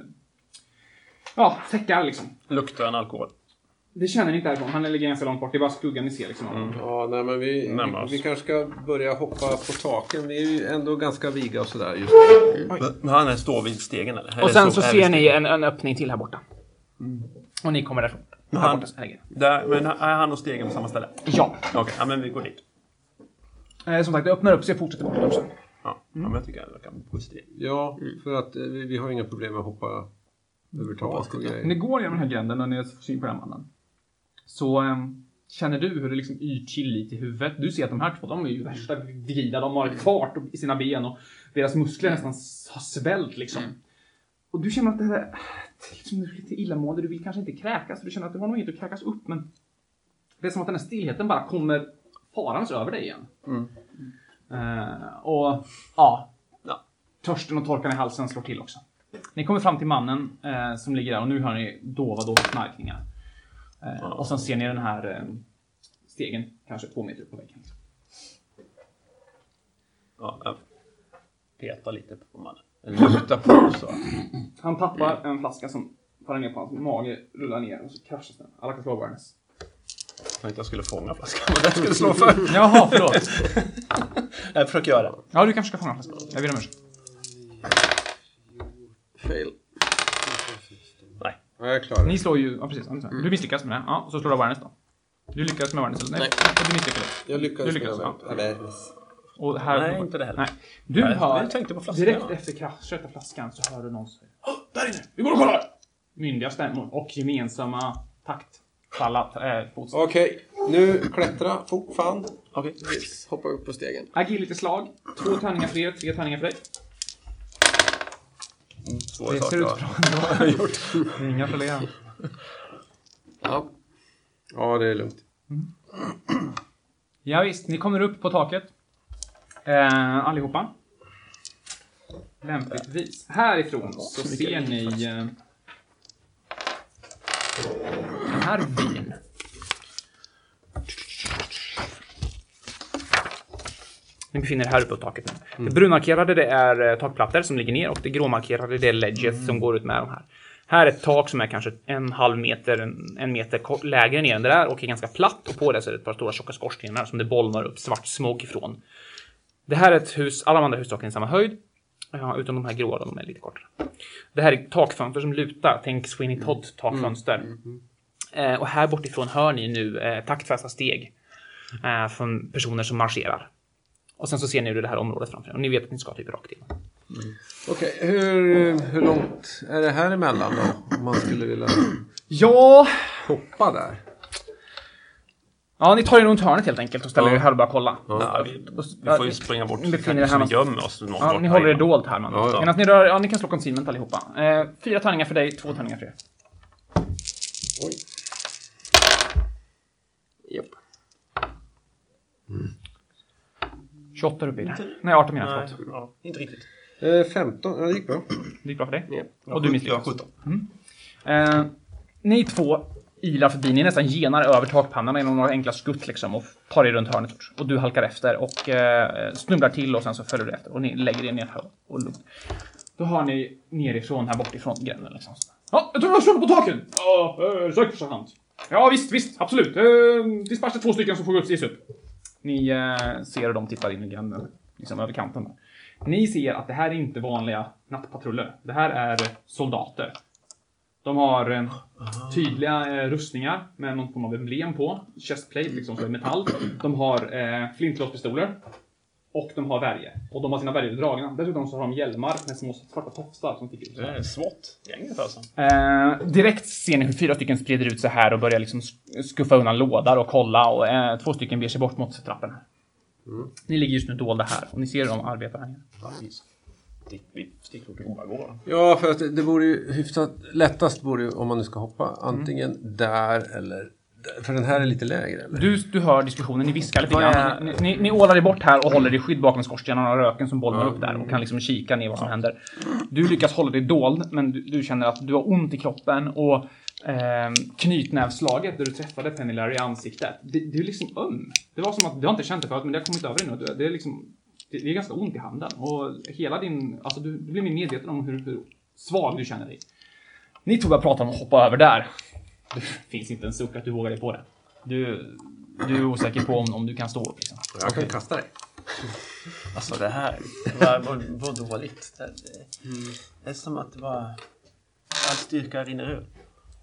säckar liksom. Luktar en alkohol? Det känner ni inte härifrån. Han ligger ganska långt bort. Det är bara skuggan ni ser liksom. Ja, nej, men vi kanske ska börja hoppa på taken. Vi är ju ändå ganska viga och sådär just nu. Men han står vid stegen eller? Och sen så ser ni en öppning till här borta. Och ni kommer därifrån. Men är han och stegen på samma ställe? Ja. Okej, ja, men vi går dit. Som sagt, det öppnar upp så jag fortsätter bort också. Ja, men jag tycker att det kan gå steg. Ja, för att vi har inga problem med att hoppa över tak och grejer. Ni går genom den här gränden och ni får syn på den mannen. Så känner du hur det liksom yr till lite i huvudet. Du ser att de här två, de är ju värsta grida. De har ett fart i sina ben och deras muskler nästan har svällt liksom. Och du känner att det här liksom, är lite illamående. Du vill kanske inte kräkas. Du känner att du har nog inte att kräkas upp. Men det är som att den här stillheten bara kommer farans över dig igen. Törsten och torkan i halsen slår till också. Ni kommer fram till mannen som ligger där och nu hör ni dova knarkningar. Och sen ser ni den här stegen kanske 2 meter upp på väggen. peta lite på mannen. Eller lukta på så. Han tappar en flaska som faller ner på hans mage, rullar ner och så kraschas den. Alla kan slå awareness. Jag tänkte jag skulle fånga flaskan, men den skulle slå för. Jaha, förlåt. Jag försöker göra det. Ja, du kanske ska fånga flaskan. Jag vet inte. Fail. Nej, jag klarar det. Ni slår ju, ja precis. Du misslyckas med det. Ja, och så slår du awareness då. Du lyckas med awareness eller? Nej. Du misslyckades. Jag lyckades. Du lyckades, ja. Awareness. Och här, Nej, inte det heller. Nej. Du hör, tänkte på flaskan, direkt efter kraschet av flaskan så hör du någon säga: där inne, vi går och kollar! Myndiga stämmor och gemensamma fotsteg. Okej, nu klättra, fan. Okej, hoppa upp på stegen. Agility-slag, 2 tärningar för er, 3 tärningar för dig. Det ser ut bra. Jag har gjort. Inga problem. Ja, det är lugnt. Ja visst, ni kommer upp på taket. Allihopa. Lämpligtvis. Härifrån så ser ni den här byn. Ni befinner er här uppe på taket nu. Det brunmarkerade det är takplattor som ligger ner och det gråmarkerade det är ledges som går ut med de här. Här är ett tak som är kanske en halv meter, en meter lägre ner än det där och är ganska platt och på det så är det ett par stora tjocka skorstenar som det bolmar upp svart smog ifrån. Det här är ett hus, alla de andra hustaken är i samma höjd. Ja, utom de här gråa, de är lite kortare. Det här är takfönster som lutar. Tänk Sweeney Todd takfönster. Och här bortifrån hör ni nu taktfasta steg från personer som marscherar. Och sen så ser ni det här området framför er. Och ni vet att ni ska typ rakt in. Okej, hur långt är det här emellan då? Om man skulle vilja hoppa där. Ja, ni tar er runt hörnet helt enkelt och ställer er här och bara kolla. Ja, vi får ju springa bort. Vi gömmer oss. Ni håller er dolt här. Medan ni rör, ni kan slå concealment allihopa. 4 tärningar för dig, 2 tärningar för er. Oj. Japp. 28 rubiner. Nej, 18 menar jag. Ja, inte riktigt. 15, ja det gick bra. Det gick bra för dig? Ja. Och du misslyckas. 17. Ni två ilar förbi, ni nästan genar över takpannan genom några enkla skutt liksom och tar er runt hörnet. Och du halkar efter och snubblar till och sen så följer du efter. Och ni lägger er ner här och lugnt. Då har ni nerifrån, här bortifrån gränden liksom. Ja, jag tror jag slår på taken! Ja, sök för hand. Ja, visst, absolut. Dispatcha 2 stycken som får upp sig upp. Ni ser hur de tittar in i gränden, liksom över kanten. Ni ser att det här är inte vanliga nattpatruller. Det här är soldater. De har tydliga rustningar med någon form av emblem på. Chestplate, liksom så i metall. De har flintlåspistoler. Och de har värje. Och de har sina värjor dragna. Dessutom så har de hjälmar med små svarta tofsar som sticker ut. Det är SWAT-gänget alltså. Direkt ser ni hur 4 stycken sprider ut sig här och börjar liksom skuffa undan lådar och kolla. Och 2 stycken ber sig bort mot trappen. Ni ligger just nu dolda här. Och ni ser hur de arbetar här nere. Ja, för att det vore ju hyfsat lättast borde ju, om man nu ska hoppa, antingen där eller där, för den här är lite lägre eller? Du hör diskussionen, ni viskar lite grann. Ni ålar er bort här och håller er skydd bakom skorstenarna och röken som bollar upp där och kan liksom kika ner vad som händer. Du lyckas hålla dig dold, men du känner att du har ont i kroppen och knytnävslaget där du träffade Pennilary i ansiktet. Det är liksom Det var som att du har inte känt det förut, men det har kommit över dig nu. Det är liksom det är ganska ont i handen och hela din, alltså du blir mer medveten om hur svag du känner dig. Ni tog att prata om att hoppa över där. Det finns inte en suck att du vågar dig på det. Du är osäker på om du kan stå upp liksom. Jag kan kasta dig. Alltså det här var dåligt. Det är som att det var all styrka rinner ut.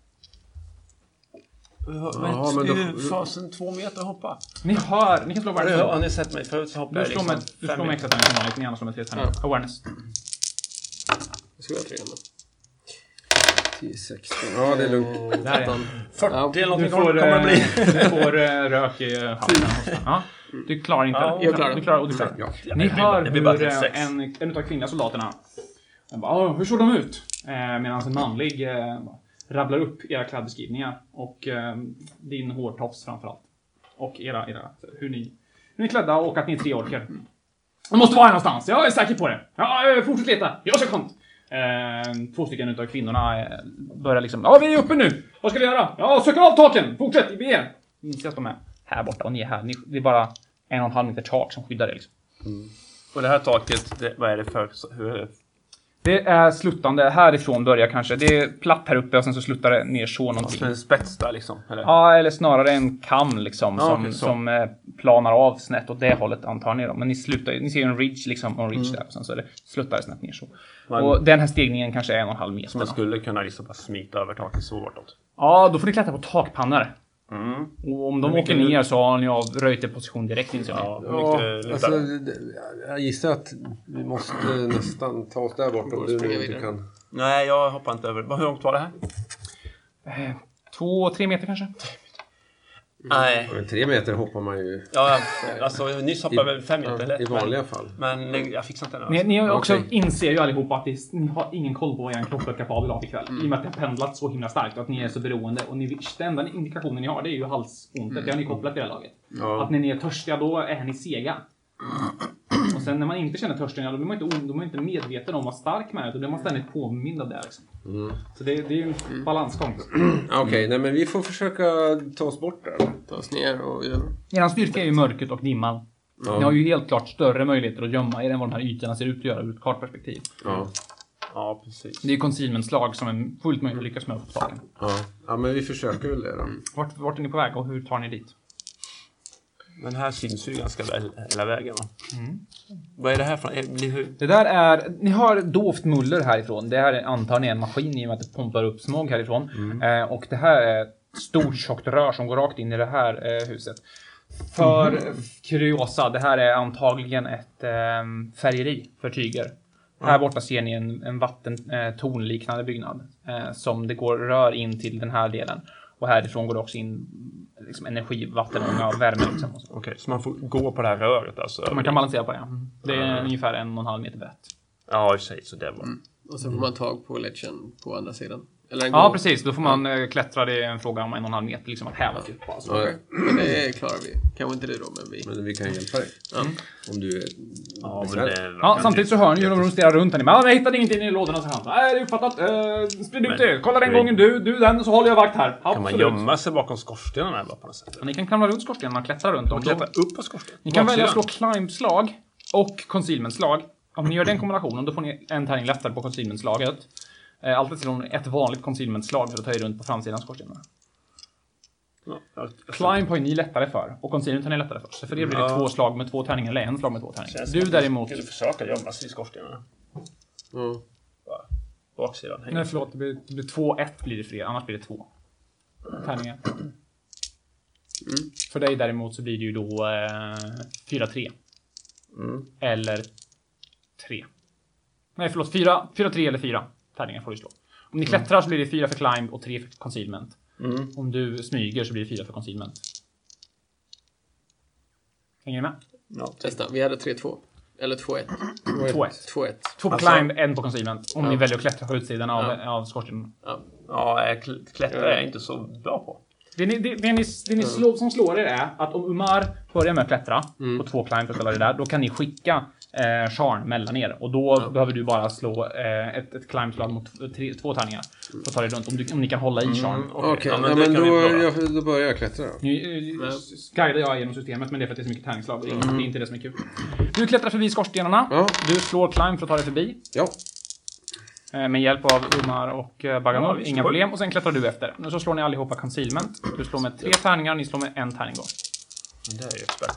Ja, men det är ju fasen 2 meter hoppa. Ni kan slå awareness. Har ni sett mig förut så hoppar jag liksom. Du slår med extra tärning som vanligt, ni annars slår med 3 tärningar. Awareness. Jag ska göra 3 ändå. 10, 16. Ja, det är lugnt. Där är 40 eller någonting kommer det bli. Du får rök i halsen. Ja, du klarar inte. Ja, jag klarar. Du klarar och du klarar. Ja. Ni hör hur en av kvinnliga soldaterna bara, hur såg de ut? Medan en manlig rabblar upp era klädbeskrivningar och din hårtofs framförallt. Och era hur ni är klädda och att ni är 3 orker. Det måste vara här någonstans, jag är säker på det. Ja, fortsätt leta, jag ska komma. 2 stycken utav kvinnorna börjar liksom, ja vi är uppe nu, vad ska vi göra? Ja, söka av taken, fortsätt, vi är. Ni ser att de är här borta och ni är här, det är bara 1,5 meter tak som skyddar er liksom. Och det här taket, vad är det för... Hur är det? Det är sluttande. Härifrån börjar kanske. Det är platt här uppe och sen så sluttar det ner så någonting. Som en spets där liksom? Eller? Ja, eller snarare en kam liksom. Som planar av snett åt det hållet antar ni då. Men ni ser ju en ridge liksom. En ridge där. Och sen så är det sluttar det snett ner så. Och den här stegningen kanske är 1,5 meter. Så man skulle kunna liksom bara smita över taket så bortåt? Ja, då får ni klättra på takpannor. Och om de åker ner så har ni röjt er position direkt in. Jag gissar att vi måste nästan ta oss där bort om du nu inte kan. Nej, jag hoppar inte över. Hur långt var det här? 2-3 meter kanske. Nej. 3 meter hoppar man ju. Ja, alltså nyss hoppade väl 5 meter lätt. I vanliga fall. Men jag fixar inte det. Ni också inser ju allihopa att ni har ingen koll på vad er kropp är kapabel av ikväll. I och med att det har pendlat så himla starkt och att ni är så beroende. Och den enda indikationen ni har, det är ju halsontet. Det har ni kopplat till det här laget. Att när ni är törstiga, då är ni sega. Och sen när man inte känner törsten, då blir man inte medveten om vad stark man är. Då blir man ständigt påmind av det liksom. Så det är ju en balansgång. Okej, nej men vi får försöka ta oss bort där. Ta oss ner och... Er styrka är ju mörkret och dimman. Ni har ju helt klart större möjligheter att gömma er än vad de här ytorna ser ut att göra ur ett kartperspektiv. Ja, precis. Det är ju concealment-slag som är fullt möjligt att lyckas med på tagen. Ja, men vi försöker väl det då. Vart är ni på väg och hur tar ni dit? Men här syns ju ganska väl hela vägen, va? Vad är det här för? Det där är... Ni har dovt muller härifrån. Det här är antagligen en maskin i och med att det pumpar upp smog härifrån. Och det här är ett stort tjockt rör som går rakt in i det här huset. För kuriosa, det här är antagligen ett färgeri för tyger. Här borta ser ni en vattentornliknande byggnad. Som det går rör in till den här delen. Och härifrån går det också in liksom energi, vattenånga och värme. Liksom. Okej, så man får gå på det här röret alltså? Man kan balansera på det. Det är ungefär 1,5 meter brett. Ja, i sig, så det var... Och så får man tag på ledgen på andra sidan. Eller ja, precis. Då får man klättra. Det är en fråga om 1,5 meter. Liksom att häva sig upp på. Alltså. Men det klarar vi. Kanske inte det då, men vi kan hjälpa dig. Om du är... Samtidigt så hör ni ju de rumsterar runt här. Men jag hittade ingenting i lådorna, så han. Nej, det är uppfattat. Sprid ut det. Kolla den gången du den, så håller jag vakt här. Kan man gömma sig bakom skorstenarna på något sätt? Ni kan klamra runt skorstenarna och klättra runt dem. Klättra upp på skorstenen. Ni kan välja att slå climb-slag och concealment-slag. Om ni gör den kombinationen, då får ni en tärning lättare på concealment-slaget. Alltid slår ett vanligt concealment-slag, för då tar jag runt på framsidan skorstenarna. Climb har ju ni lättare för, och concealment har ni lättare för. Så för det blir det 2 slag med 2 tärningar, eller en slag med 2 tärningar. Du däremot... Jag skulle försöka gömma sig i skorstenarna. Baksidan. Nej, förlåt. Det blir 2-1 blir det för er, annars blir det 2 tärningar. För dig däremot så blir det ju då 4-3. Eller 3. Nej, förlåt. 4-3 eller 4 tärningar får du slå. Om ni klättrar så blir det 4 för climb och 3 för concealment. Om du smyger så blir det 4 för concealment. Hänger ni med? Ja, testa. Vi hade 3-2. Eller 2-1. 2-1. 2 på climb, 1 på concealment. Om ni väljer att klättra på utsidan av skorstenen. Ja, klättra är jag inte så bra på. Det ni som slår er är att om Umar börjar med att klättra på 2 climb för att ställa det där, då kan ni skicka charn mellan er. Och då behöver du bara slå ett climb-slag mot 2 tärningar. Så tar det runt om ni kan hålla i charn. Okej, då börjar jag klättra då. Nu guidar jag genom systemet, men det är för att det är så mycket tärningsslag. Det är inte det som är kul. Du klättrar förbi skorstenarna. Du slår climb för att ta dig förbi. Ja. Med hjälp av Umar och Baganov. Inga problem. Och sen klättrar du efter. Nu så slår ni allihopa concealment. Du slår med 3 tärningar. Ni slår med 1 tärning då. Det är ju expert.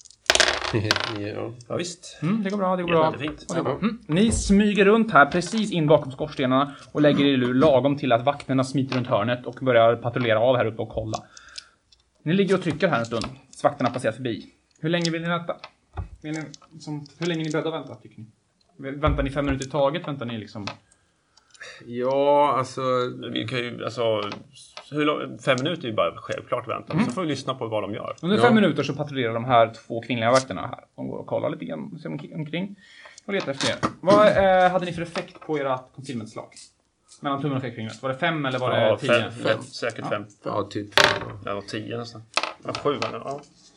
Ja, visst. Det går bra, det går bra. Det är fint. Ni smyger runt här precis in bakom skorstenarna och lägger er lagom till att vakterna smiter runt hörnet och börjar patrullera av här uppe och kolla. Ni ligger och trycker här en stund. Vakterna passerar förbi. Hur länge vill ni vänta? Hur länge är ni beredda att vänta, tycker ni? Väntar ni 5 minuter i taget? Väntar ni liksom... Ja, alltså... Vi kan ju, 5 minuter är ju bara självklart vänta. Så får vi lyssna på vad de gör. Under 5 minuter så patrullerar de här 2 kvinnliga vakterna här. De går och kollar lite grann omkring och letar efter er. Vad hade ni för effekt på era concealment-slag? Mellan tummen och pekfingret. Var det 5 eller var det 10? 5, säkert 5. Ja, typ. Det var 10 nästan. Ja, 7 ja.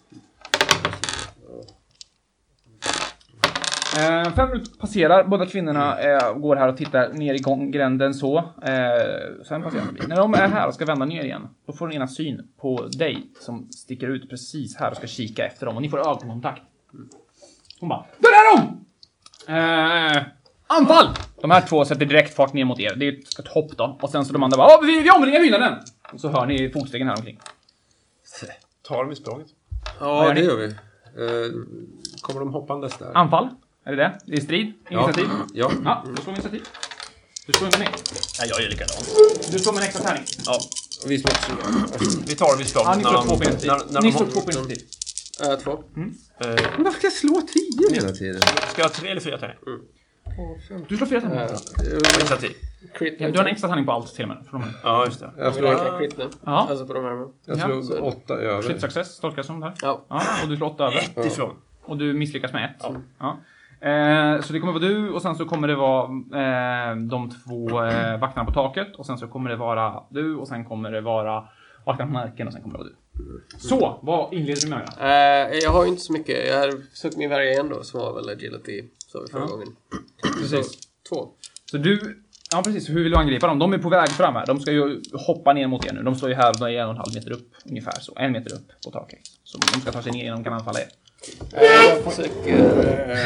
5 minuter passerar, båda kvinnorna går här och tittar ner i gränden så. Sen passerar de. När de är här och ska vända ner igen, då får den ena syn på dig som sticker ut precis här och ska kika efter dem. Och ni får ögonkontakt. Hon bara, där är de! Anfall! De här två sätter direkt fart ner mot er. Det är ett hopp då. Och sen så de andra bara, vi omringar byggnaden! Och så hör ni fotstegen här omkring. Tar de i språnget? Ja, det gör vi. Kommer de hoppandes där? Anfall? Är det det? Det är strid? Initiativ? Ja. Ja, då slår vi initiativ. Du slår med mig. Nej, jag är likadan. Du slår med en extra tärning. Ja. Och vi slår också. Vi tar vid slag. Ja, ni slår 2 på initiativ. Ni slår 2 på initiativ. 2. Men varför ska jag slå 10 hela tiden? Ska jag ha 3 eller 4 tärningar? Du slår 4 tärningar. Initiativ. Du har en extra tärning på allt till och med. Ja, just det. Jag slår crit nu. Ja. Alltså på de här. Jag slog 8 över. Crit success, tolkas som det här. Ja. Och du slår 8 över. 1 ifrån. Och du misslyckas med 1. Ja. Så det kommer vara du och sen så kommer det vara de 2 vakterna på taket. Och sen så kommer det vara du och sen kommer det vara vakterna på marken och sen kommer det vara du. Så, vad inleder du med att göra? Jag har ju inte så mycket. Jag har försökt min värja igen då, som var väl agility, så vi förra gången. Precis. 2. Så du, ja precis, hur vill du angripa dem? De är på väg fram här. De ska ju hoppa ner mot er nu. De står ju här och de är 1,5 meter upp ungefär så. 1 meter upp på taket. Så de ska ta sig ner innan de kan anfalla er. Jag försöker...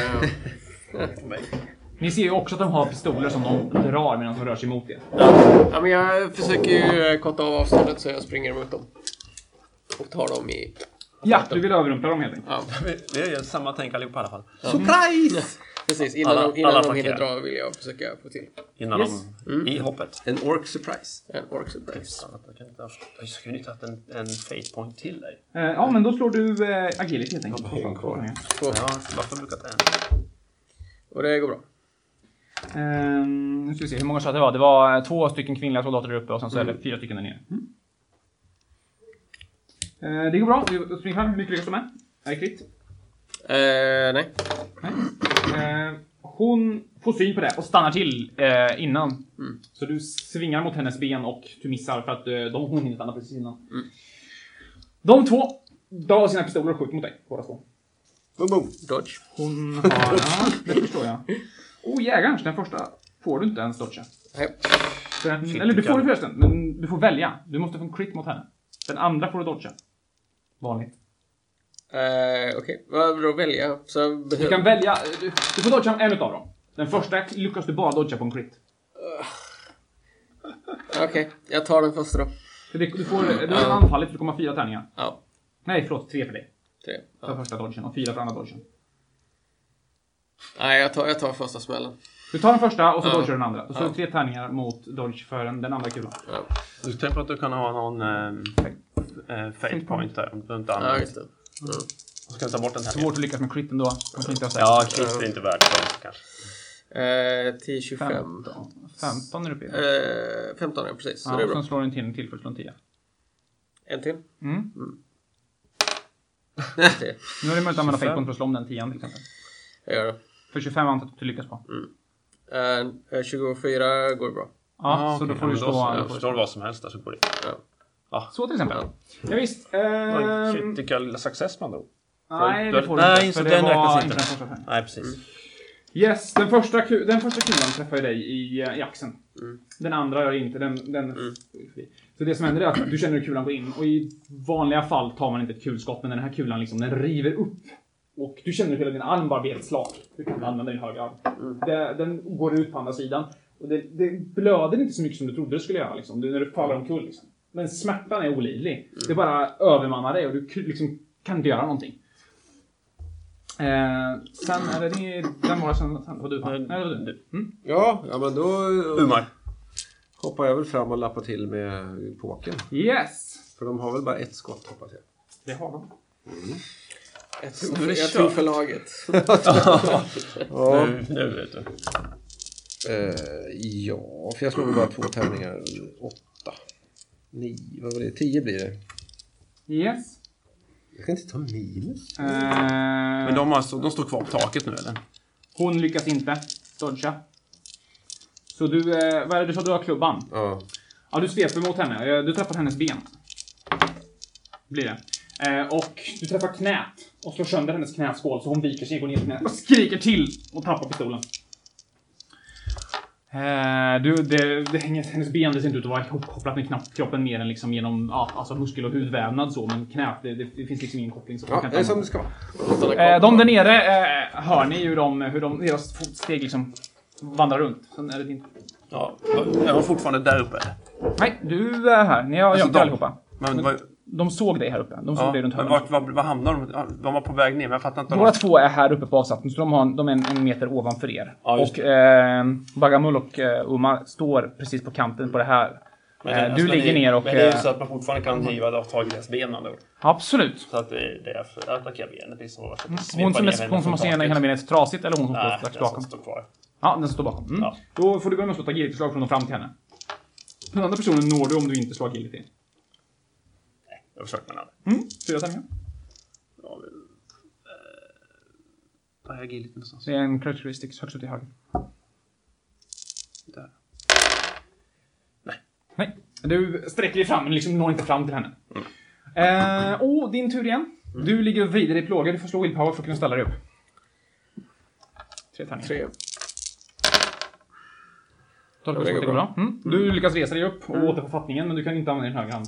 Ni ser ju också att de har pistoler som de drar medan de rör sig mot er. Ja, men jag försöker ju korta av avståndet så jag springer mot dem. Och tar dem i... Ja, du vill överrumpla dem helt enkelt. Ja. Vi är samma tänk allihopa i alla fall. Surprise! Precis, innan Alla de hinner dra vill jag försöka få till. Innan de... I hoppet. En orc surprise. En orc surprise. Jag skulle inte haft en fate point till dig. Ja, men då slår du agility helt enkelt. En kvar. Ja, varför brukat en? Och det går bra. Nu ska vi se, hur många sa att det var? Det var 2 stycken kvinnliga soldater där uppe och sen så är det 4 stycken där nere. Det går bra, du springer fram. Hur mycket lyckas du med? Är det krit? Nej. Hon får syn på det och stannar till innan. Så du svingar mot hennes ben och du missar för att hon hinner stanna precis innan. De 2 drar sina pistoler och skjuter mot dig. Båda 2. Boom, boom. Dodge. Hon har... Ja, det förstår jag. Jägarns, den första får du inte ens dodge. Nej. Eller du får det förresten, men du får välja. Du måste få en crit mot henne. Den andra får du dodge. Vanligt. Okej, vad då välja? Så du kan välja, du får dodge en utav dem. Den första lyckas du bara dodga på en crit. Okej, jag tar den första då. Du har anfallit för det kommer 4 tärningar. Ja. Nej, förlåt, 3 för dig. 3. För första dodgen och 4 för andra dodgen. Nej, jag tar första smällen. Du tar den första och så dodgar den andra. Och så är det 3 tärningar mot dodge för den andra kulan. Ja. Du tänker på att du kan ha någon fate point där om du inte använder. Ja, just det. Och ska ta bort den här. Svårt att lyckas med critten då. Ja, crit är inte värt det kanske. 10, 25. 15 är uppe i. 15 är precis. Så Ja, det är och bra. sen slår du en till för att slå en 10. En till. Nu är det möjligt att använda fate point för att slå om den 10 till exempel. Jag gör det. För 25 antar jag att du lyckas på. 24 går bra. Ja, så då får du slå... Slår vad som helst där så går det. Så till exempel. Ja, visst. Critical success man då. Nej, det får du nej, inte. så För den det var räknas inte inte. den första tärningen. Nej, precis. Yes, den första kulan träffar ju dig i axeln. Den andra gör inte. Så det som händer är att du känner hur kulan går in. Och i vanliga fall tar man inte ett kulskott. Men den här kulan liksom, den river upp. Och du känner hela din arm bara blir ett slag. Du kan använda din högra arm. Den går ut på andra sidan. Och det blöder inte så mycket som du trodde det skulle göra. Liksom. När du faller omkull. Liksom. Men smärtan är olidlig. Det bara övermannar dig. Och du liksom kan inte göra någonting. Sen är det den var sen var du. Nej, det var du. Ja, men då Umar. hoppar jag väl fram och lappar till med påken. Yes. För de har väl bara ett skott, hoppas jag. Det har de. Jag tror för laget. Ja. Nu vet du. Ja, för jag slår väl bara 2 tärningar. 8. 9, vad var det? 10 blir det. Yes. Jag kan inte ta minus. Men de står kvar på taket nu eller? Hon lyckas inte dodga. Så du, vad är det du sa? Du har klubban? Ja. Ja, du sveper mot henne. Du träffar hennes ben. Blir det. Och du träffar knät. Och slår sönder hennes knäskål. Så hon viker sig, går ner i knät och skriker till. Och tappar pistolen. Hennes ben ser inte ut att vara ihopkopplat med kroppen mer än liksom genom alltså muskel- och hudvävnad så, men knät, det finns liksom ingen koppling. Så det är som det ska vara. De där nere hör ni hur deras fotsteg liksom vandrar runt. Sen är det din. Ja, jag var fortfarande där uppe. Nej, du är här. Ni har gömt allihopa. Men de såg dig här uppe. De såg dig runt hörnet. Vad hamnar de? De var på väg ner, men jag fattar inte. Båda två är här uppe på avsatsen, så de är en meter ovanför er. Ja, och Bagamul och Umar står precis på kanten på det här. Du ligger ner och... Men det är ju så att man fortfarande kan hiva och ta i deras ben då. Absolut. Så att det är för att attackera benet. Liksom, hon som har sena hela benet trasigt, eller hon som står strax bakom? Står kvar. Ja, den står bakom. Ja. Då får du börja med att slå ett agility-slag från och fram till henne. Den andra personen når du om du inte slår agility. Nej, jag försöker med den andra. 4 tärningar. Vad är agility någonstans? Det är en characteristics högst upp till höger. Där. Nej. Du sträcker dig fram men liksom når inte fram till henne. Din tur igen. Du ligger vidare i plåga. Du får slå willpower för att kunna ställa dig upp. 3 tärningar. 3. Det går bra. Du lyckas resa dig upp och återfå fattningen, men du kan inte använda din högra hand.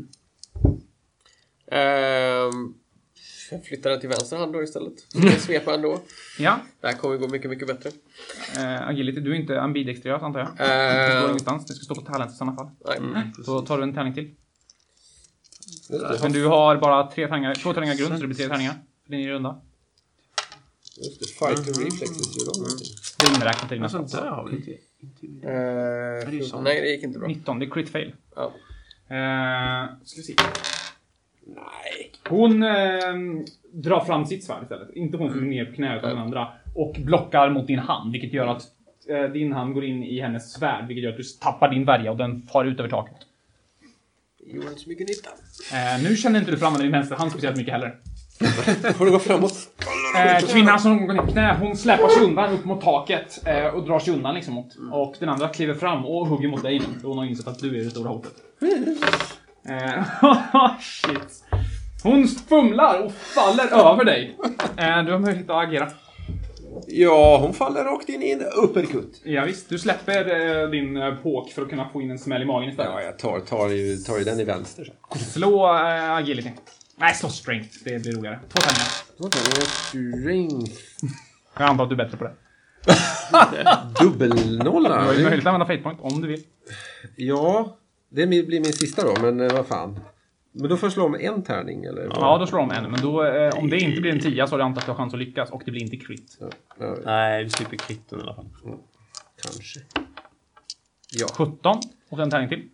Jag flyttar den till vänster hand då istället. Jag svepa ändå. Ja. Det här kommer gå mycket, mycket bättre. Agility, du är inte ambidextriös antar jag? Det står ingenstans. Det ska stå på talent i sådana fall. Så tar du en tärning till. Men du har bara 2 tärningar grund, så det blir 3 tärningar. För din runda. Just det, fight and reflexes gör de någonting. Det är inräknat till dina där har vi inte. Nej, det gick inte bra. 19, det är crit fail. Ja. Ska vi se. Nej. Hon drar fram sitt svärd istället. Inte hon som är ner på knä utan den andra. Och blockar mot din hand, vilket gör att din hand går in i hennes svärd. Vilket gör att du tappar din värja och den far ut över taket. Det gjorde inte så mycket nytta. Nu känner inte du för att använda din vänster hand speciellt mycket heller. Får du gå framåt? Kvinnan som går ner på knä, hon släpar sig undan upp mot taket och drar sig undan liksom mot. Och den andra kliver fram och hugger mot dig nu. Hon har insett att du är det stora hotet. Shit. Hon fumlar och faller över dig. Du har möjlighet att agera. Ja, hon faller rakt in i en uppercut. Ja visst, du släpper din påk för att kunna få in en smäll i magen istället. Ja, jag tar ju den i vänster. Så. Slå agility. Nej, slå strength. Det blir roligare. 2 tärningar. 2 tärningar strength. Jag antar att du är bättre på det. Dubbelnolla. Du har ju möjlighet att använda fate point om du vill. Ja, det blir min sista då, men vad fan. Men då får jag slå om en tärning, eller? Ja, då slår de en. Men då, om det inte blir en 10 så har du antagligen att du har chans att lyckas. Och det blir inte crit. Ja. Nej, vi slipper kritten i alla fall. Kanske. Ja. 17. Och sen en tärning till.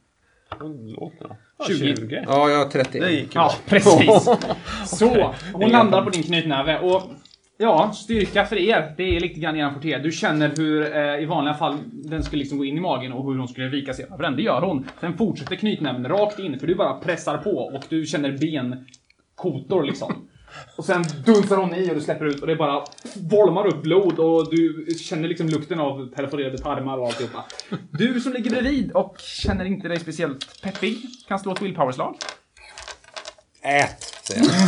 20. Ja, jag har 30. Det gick ju Ja, precis. Så, hon landar på din knytnäve. Och ja, styrka för er. Det är lite grann eran forté. Du känner hur i vanliga fall den skulle liksom gå in i magen och hur hon skulle vika sig över den. Det gör hon. Sen fortsätter knytnäven rakt in. För du bara pressar på och du känner benkotor liksom. Och sen dunsar hon i och du släpper ut och det bara volmar upp blod och du känner liksom lukten av perforerade tarmar och alltihopa. Du som ligger bredvid och känner inte dig speciellt peppig kan slå ett willpower-slag. Ät, säger jag.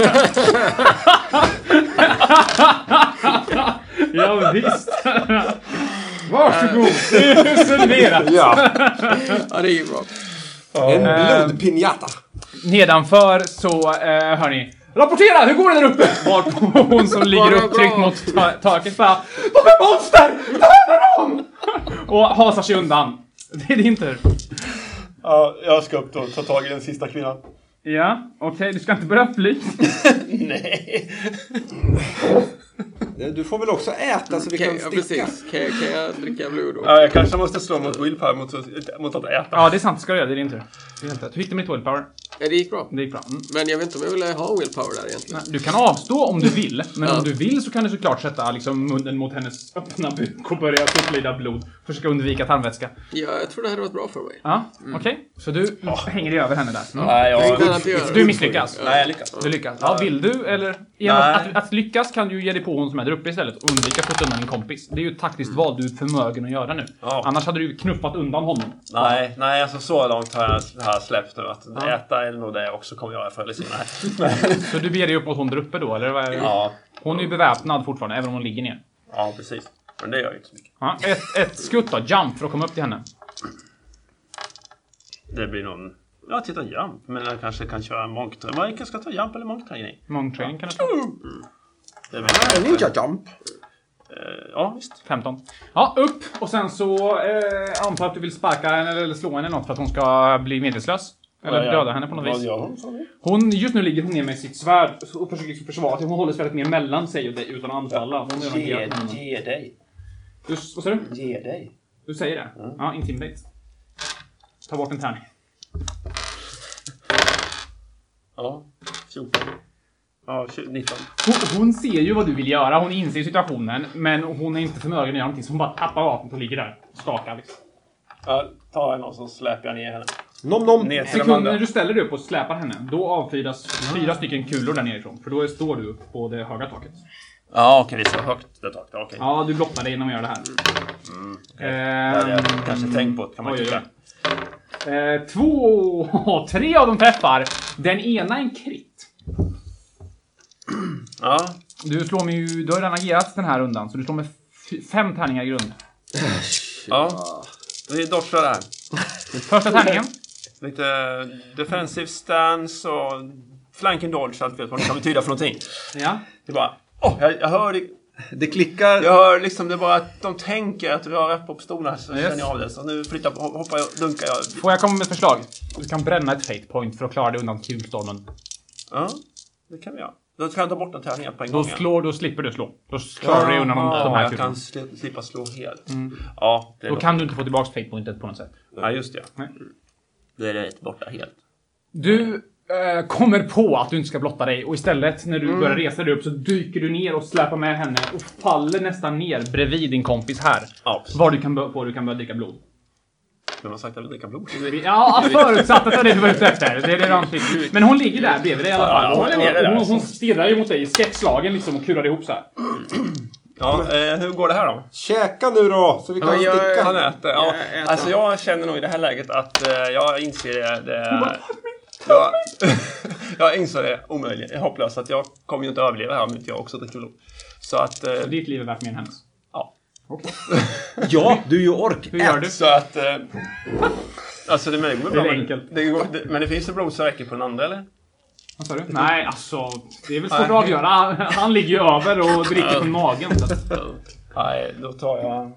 Ja, visst. Varsågod. Serverat. Ja, det är ju bra. En blodpinjata. Nedanför så hör ni: rapportera, hur går det där uppe? Varpå hon som ligger upptryckt mot taket bara: de är monster! Ta dem! Och hasar sig undan. Det är din tur. Ja, jag ska upp då. Ta tag i den sista kvinnan. Ja, okej, du ska inte börja fly. Nej. Du får väl också äta så vi kan sticka. Precis. Kan jag dricka blod då? Ja, jag kanske måste slå mot willpower mot att äta. Ja, det är sant. Ska du göra det är din tur. Det är helt rätt. Hur gick det med ditt willpower? Ja, det gick bra. Det gick bra. Men jag vet inte om jag vill ha willpower där egentligen. Nej, du kan avstå om du vill. Men om du vill så kan du såklart sätta liksom munnen mot hennes öppna buk och börja upplida blod. Försöka undvika tarmvätska. Ja, jag tror det hade varit bra för mig. Ja, okej. Så du hänger dig över henne där. Nej, Du misslyckas. Nej, jag lyckas. Du lyckas. Ja, vill du? Eller att lyckas kan du ge dig på hon som är där uppe istället. Och undvika att putta undan din kompis. Det är ju ett taktiskt val du är förmögen att göra nu. Ja. Annars hade du knuffat undan honom. Nej, alltså så långt har jag släppt nu. Att äta är nog det jag också kommer göra förr eller senare. Så du ber dig upp mot hon där uppe då? Eller vad är det? Ja. Hon är ju beväpnad fortfarande, även om hon ligger ner. Ja, precis. Men det gör ju inte så mycket. Ja, ett skutt då, jump för att komma upp till henne. Det blir någon... Ja, titta jump. Men jag kanske kan köra monk-training. Man kanske ska ta jump eller monk-training. Monk-training kan du ta. Det är Ninja jump. Ja, visst. 15. Ja, upp. Och sen så antar att du vill sparka henne eller slå henne något för att hon ska bli medvetslös. Eller döda henne på något vis. Vad gör hon? Just nu ligger hon ner med sitt svärd och försöker liksom försvara sig. Hon håller svärdet mer mellan sig och dig utan att anfalla. Ge dig. Vad sa du? Ge dig. Du säger det? Ja, intimidate. Ta bort en tärning. Ja, 14. Ja, 19. Hon ser ju vad du vill göra. Hon inser situationen. Men hon är inte förmögen att göra någonting. Så hon bara tappar vapnet och ligger där. Skakar liksom. Ja, tar henne och så släpper jag ner henne. Nom. Sekunden när du ställer dig upp och släpar henne, då avfyras 4 stycken kulor där nerifrån. För då står du upp på det höga taket. Ja, okej, det är så högt det taket. Okay. Ja, du blottar dig innan man gör det här. Okay. Det hade jag kanske tänkt på, kan man tycka. 3 av dem träffar. Den ena är en krit. Ja. Du har redan agerat den här rundan, så du slår med 5 tärningar i grund. Ja, vi dorsar där. Första tärningen. Lite defensive stance och flanking dodge, allt vet vad det kan betyda för någonting. Ja. Det är bara, jag hör det. Det klickar. Jag hör liksom, det är bara att de tänker att röra på stolarna, så känner jag av det. Så nu hoppar jag, dunkar jag. Får jag komma med ett förslag? Du kan bränna ett fate point för att klara dig undan kulstormen. Ja, det kan vi göra. Då kan jag ta bort en tärning på en gång. Då slipper du slå. Då klarar du dig undan de här jag kulorna. kan slippa slå helt. Ja, då kan du inte få tillbaka fate pointet på något sätt. Ja, just det. Nej. Då är det borta helt. Du kommer på att du inte ska blotta dig. Och istället när du börjar resa dig upp så dyker du ner och släpar med henne. Och faller nästan ner bredvid din kompis här. Ja. Var du kan börja dricka blod. Vem har sagt att jag vill dricka blod? Ja, förutsatt att det är det du var ute efter. Det är det rantigt. Men hon ligger där bredvid dig i alla fall. Hon stirrar ju mot dig, skräckslagen liksom, och kurar ihop så här. Ja, hur går det här då? Käka nu då, så vi kan sticka. Han äter. Ja, alltså jag känner nog i det här läget att jag inser det. Jag inser det omöjligt. Jag är hopplös att jag kommer ju inte överleva här om inte jag också dricker blod. Så att... Så ditt liv är värt mer än hennes? Ja. Okay. Ja, du är ju ork. Hur gör du? Så att... alltså det går bra. Det är enkelt. Men det finns ju blod så räcker på den andra, eller? Vad sa du? Nej, alltså... Det är väl svårt att avgöra. Han ligger ju över och dricker från magen. Så. Nej, då tar jag...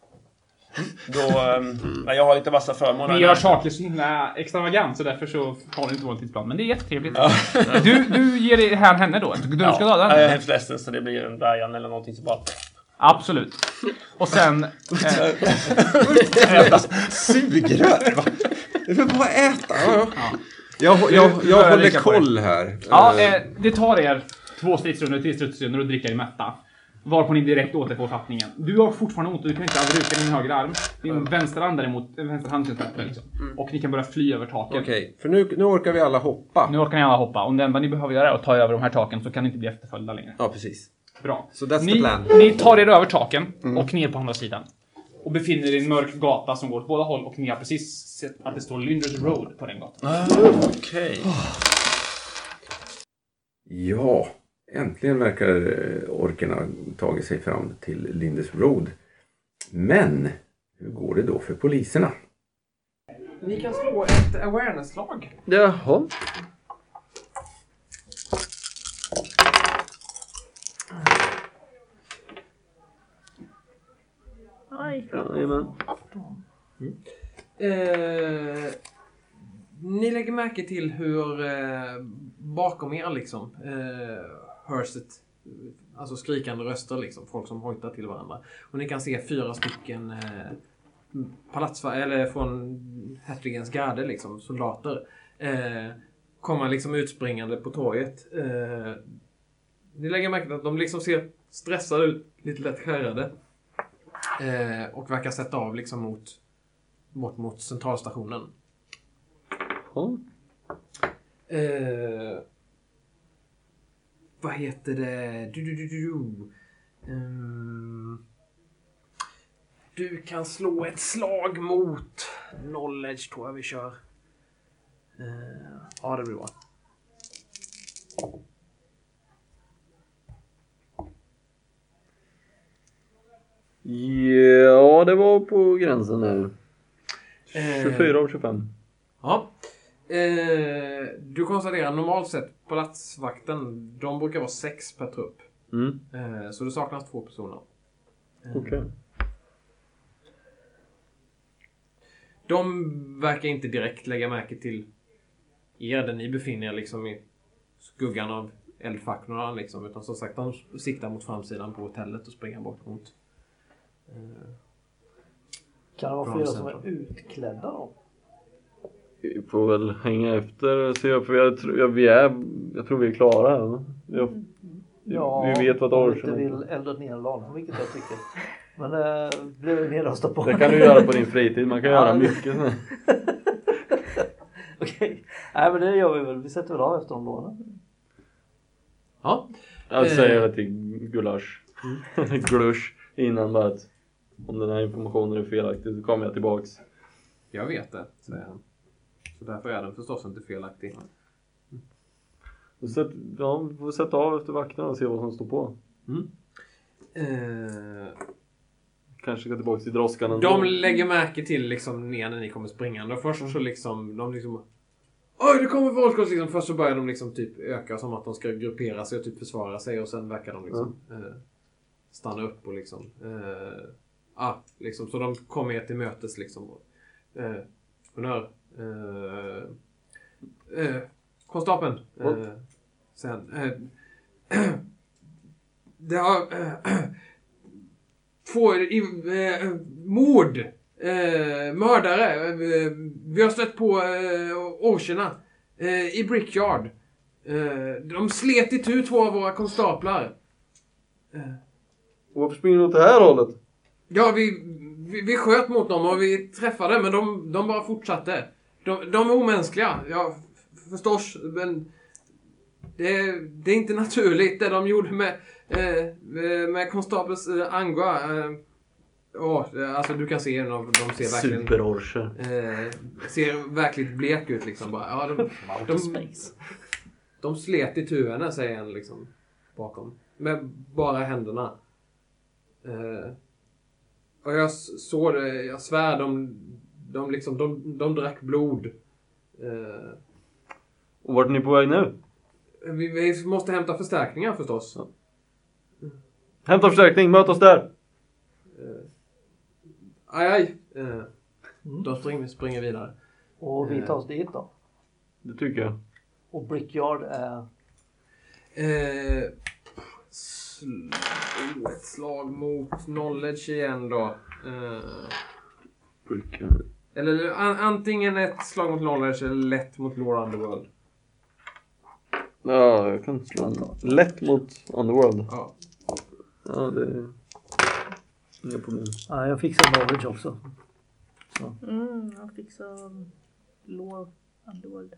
jag har lite vassa förmåner. Vi gör saker så himla extravagant, så därför så har du inte vår tidsplan. Men det är jättetrevligt. Du ger det här henne då? Du ska döda henne? Jag är hemskt ledsen, så det blir en Brian eller någonting så bara... Absolut. Och sen... Sugrör, va? Det är väl bara äta. Jag håller koll här. Ja, det tar er 2 stridsrunder, 3 stridsrunder och dricker i mätta. Varpå ni direkt återfår fattningen. Du har fortfarande ont och du kan inte bruka din högra arm. Din vänstra hand däremot, vänster hand liksom. Och ni kan börja fly över taken. Okej, för nu orkar vi alla hoppa. Nu orkar ni alla hoppa. Om det enda ni behöver göra är att ta över de här taken så kan ni inte bli efterföljda längre. Ja, precis. Bra. So that's the plan. Ni tar er över taken och ner på andra sidan. Och befinner er i en mörk gata som går åt båda håll. Och ni har precis sett att det står Lynders Road på den gatan. Okej. Ja, äntligen verkar orkerna tagit sig fram till Lynders Road. Men hur går det då för poliserna? Ni kan slå ett awareness-slag. Jaha. Nej. Ni lägger märke till hur bakom er liksom hörs ett, alltså skrikande röster liksom, folk som hojtar till varandra. Och ni kan se 4 stycken eller från hertigens garde liksom, soldater komma liksom utspringande på torget. Ni lägger märke till att de liksom ser stressade ut, lite lätt skärrade. Och verkar sätta av liksom bort mot centralstationen. Vad heter det? Du kan slå ett slag mot knowledge, tror jag vi kör. Ja, det blir bra. Ja, det var på gränsen där. 24 av 25. Ja. Du konstaterar normalt sett palatsvakten, de brukar vara 6 per trupp. Så det saknas 2 personer. Okej. De verkar inte direkt lägga märke till er där ni befinner er liksom i skuggan av eldfacklorna liksom, utan som sagt de siktar mot framsidan på hotellet och springer bort mot kan det vara flera som är utklädda då? Vi får väl hänga efter så för jag tror vi är klara. Vi vet vad Om du inte vill elda ner ladan, vilket jag tycker. Men det blir nedröstat på. Det kan du göra på din fritid. Man kan göra mycket. Okej. Nej, men det gör vi väl. Vi sätter väl av efter dem då. Ja. Jag säger det till Gulasch. Glush. Innan bara att om den här informationen är felaktig så kommer jag tillbaks. Jag vet det, säger han. Så därför är den förstås inte felaktig. Vi får sätta av efter vakterna och se vad som står på. Kanske gå tillbaka till droskan ändå. De lägger märke till liksom ner när ni kommer springande. Och först så liksom, oj, det kommer folk! Och liksom, först så börjar de liksom typ öka som att de ska gruppera sig och typ försvara sig. Och sen verkar de liksom stanna upp och liksom liksom, så de kommer er till mötes liksom. Honnör. Konstapeln. Sen. Det har två mord. Mördare. Vi har stött på orcherna i Brickyard. De slet itu 2 av våra konstaplar. Varför springer du åt det här hållet? Ja, vi sköt mot dem och vi träffade, men de bara fortsatte. De är omänskliga, ja, förstås, men det är inte naturligt det de gjorde med konstapels Angua. Alltså du kan se de ser verkligen superorcher. Ser verkligen blek ut liksom bara. Ja, de slet i henne, säger han liksom bakom med bara händerna. Och jag såg det, jag svär de drack blod. Och vart är ni på väg nu? Vi måste hämta förstärkningar förstås. Ja. Hämta förstärkning, möt oss där. Aj. De springer vidare. Och vi tar oss dit då. Det tycker jag. Och Brickyard är... Ett slag mot knowledge igen då. Brickyard. Eller antingen ett slag mot knowledge eller lätt mot Lore Underworld. Ja, jag kan slå lätt mot Underworld. Ja. Ja, det är inga problem. Ja, jag fixar knowledge också. Så. Jag fixar Lore Underworld.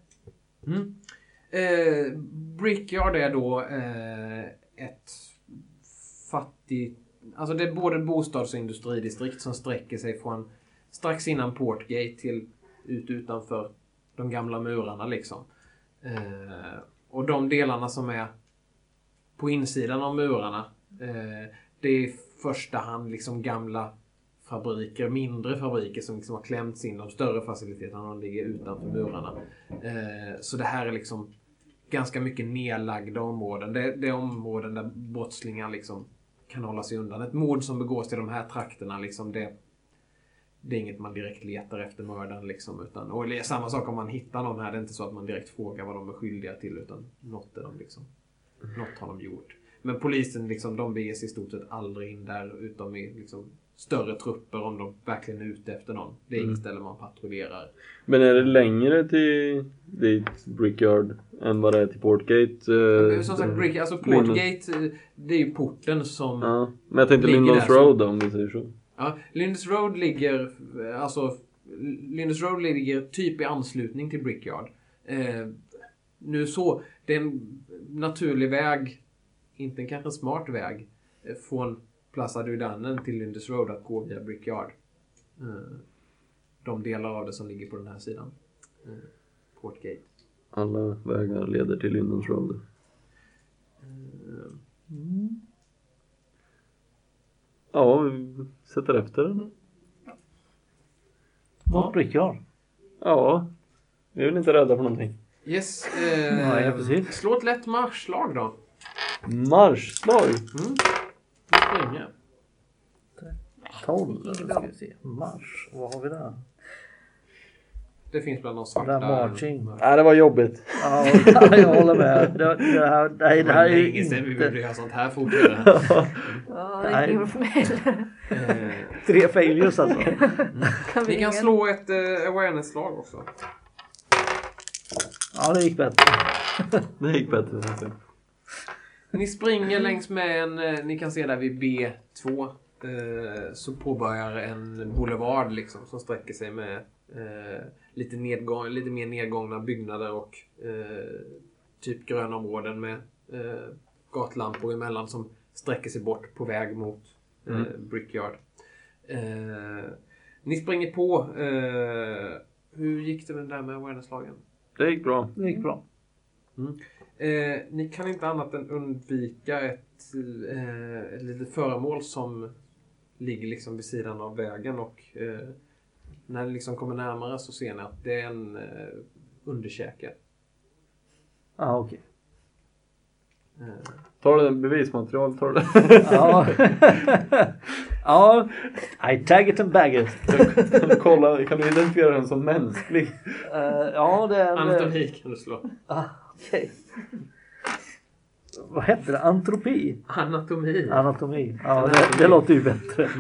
Brickyard är då ett fattigt... Alltså det är både bostads- och industridistrikt som sträcker sig från strax innan Portgate till utanför de gamla murarna liksom. Och de delarna som är på insidan av murarna, det är i första hand liksom gamla fabriker, mindre fabriker som liksom har klämts in. De större faciliteterna de ligger utanför murarna. Så det här är liksom ganska mycket nedlagda områden. Det är områden där brottslingar liksom kan hålla sig undan. Ett mord som begås till de här trakterna liksom, det är inget man direkt letar efter mördaren liksom, utan, och det är samma sak om man hittar någon här. Det är inte så att man direkt frågar vad de är skyldiga till, utan något är de liksom, något har de gjort. Men polisen liksom, de beger sig i stort sett aldrig in där, utom i liksom större trupper om de verkligen är ute efter någon. Det är inget ställe man patrullerar. Men är det längre till dit Brickyard än vad det är till Portgate? Som sagt, Portgate, det är ju porten som... Ja, men jag tänkte Lindons Road då, om vi säger så. Ja, Lindons Road ligger typ i anslutning till Brickyard. Nu så, det är en naturlig väg, inte en kanske smart väg, från Plaza Dudanen till Lindons Road att gå via Brickyard. De delar av det som ligger på den här sidan. Portgate. Alla vägar leder till Lindons Road. Mm. Ja, sätter efter den. Mot Brickyard. Ja, vi är väl inte rädda för någonting. Yes. Nej, precis. Slå ett lätt marschslag då. Marschslag? Springa. 12, ska vi se. Mars, vad har vi där? Det finns bland de svarta. Där marching. Nej, det var jobbigt. Ja, jag håller med. Det här är länge sedan vi borde göra sånt här fortare. Ja, det är inte för mig heller. 3 failures alltså. Ni kan slå ett awareness-slag också. Ja, det gick bättre. Det gick bättre. Ni springer längs med en, ni kan se där vid B2 så påbörjar en boulevard liksom som sträcker sig med lite mer nedgångna byggnader och typ gröna områden med gatlampor emellan som sträcker sig bort på väg mot Brickyard. Ni springer på. Hur gick det med den där med awareness-lagen? Det gick bra. Ni kan inte annat än undvika ett litet föremål som ligger liksom vid sidan av vägen och när det liksom kommer närmare så ser ni att det är en underkäke. Ja, okej. Tar du den bevismaterial? Tar du det? Ja. Ja. I tag it and bag it. Kan du identifiera den som mänsklig? Ja, det är... Anatomi kan du slå. Okej. Vad hette det? Antropi? Anatomi. Ja, det låter ju bättre.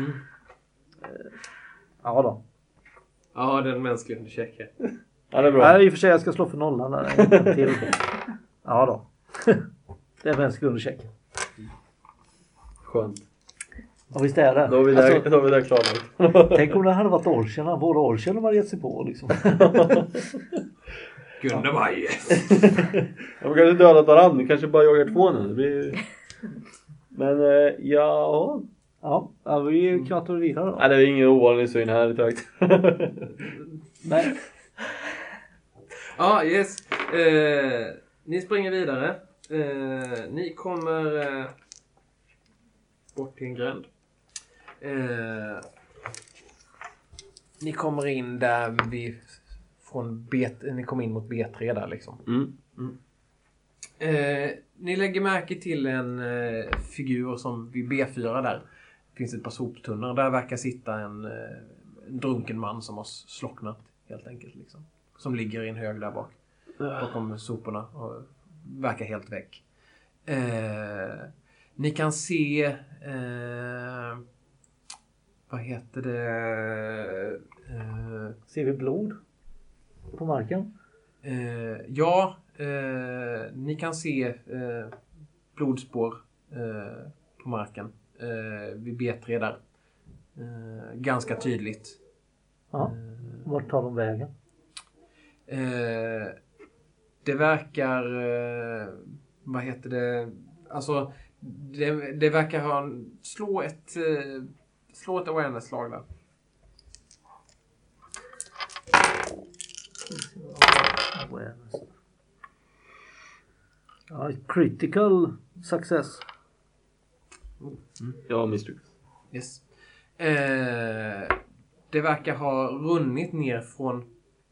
Ja då. Ja, det är en mänsklig underkäke. Ja, det är bra. Nej, i och för sig jag ska slå för nollan där. Till. Ja då. Det är mänsklig underkäke. Skönt. Och visst är det. Då har vi det klart. Tänk om det hade varit orcherna. Våra orcher de hade gett sig på liksom. Gunnar bara yes. Jag kanske dödat varandra. Vi kanske bara jagar 2 nu. Men ja. Ja, vi knatar vidare då. Nej, det är ingen ovanlig syn här i trakt. Nej. Ja, yes. Ni springer vidare. Ni kommer bort till en gränd. Ni kommer in där ni kommer in mot B3 där liksom. Ni lägger märke till en figur som vid B4 där. Det finns ett par soptunnor. Där verkar sitta en drunken man som har slocknat helt enkelt liksom. Som ligger i en hög där bak. Bakom soporna och verkar helt väck. Ni kan se vad heter det? Ser vi blod på marken? Ja, ni kan se blodspår på marken vid B3 där. Ganska tydligt. Ja. Vart tar de vägen? Det verkar vad heter det? Alltså det verkar ha slå ett awareness-slag där. Awareness. Ja, critical success. Ja, misslyckas. Yes. Det verkar ha runnit ner från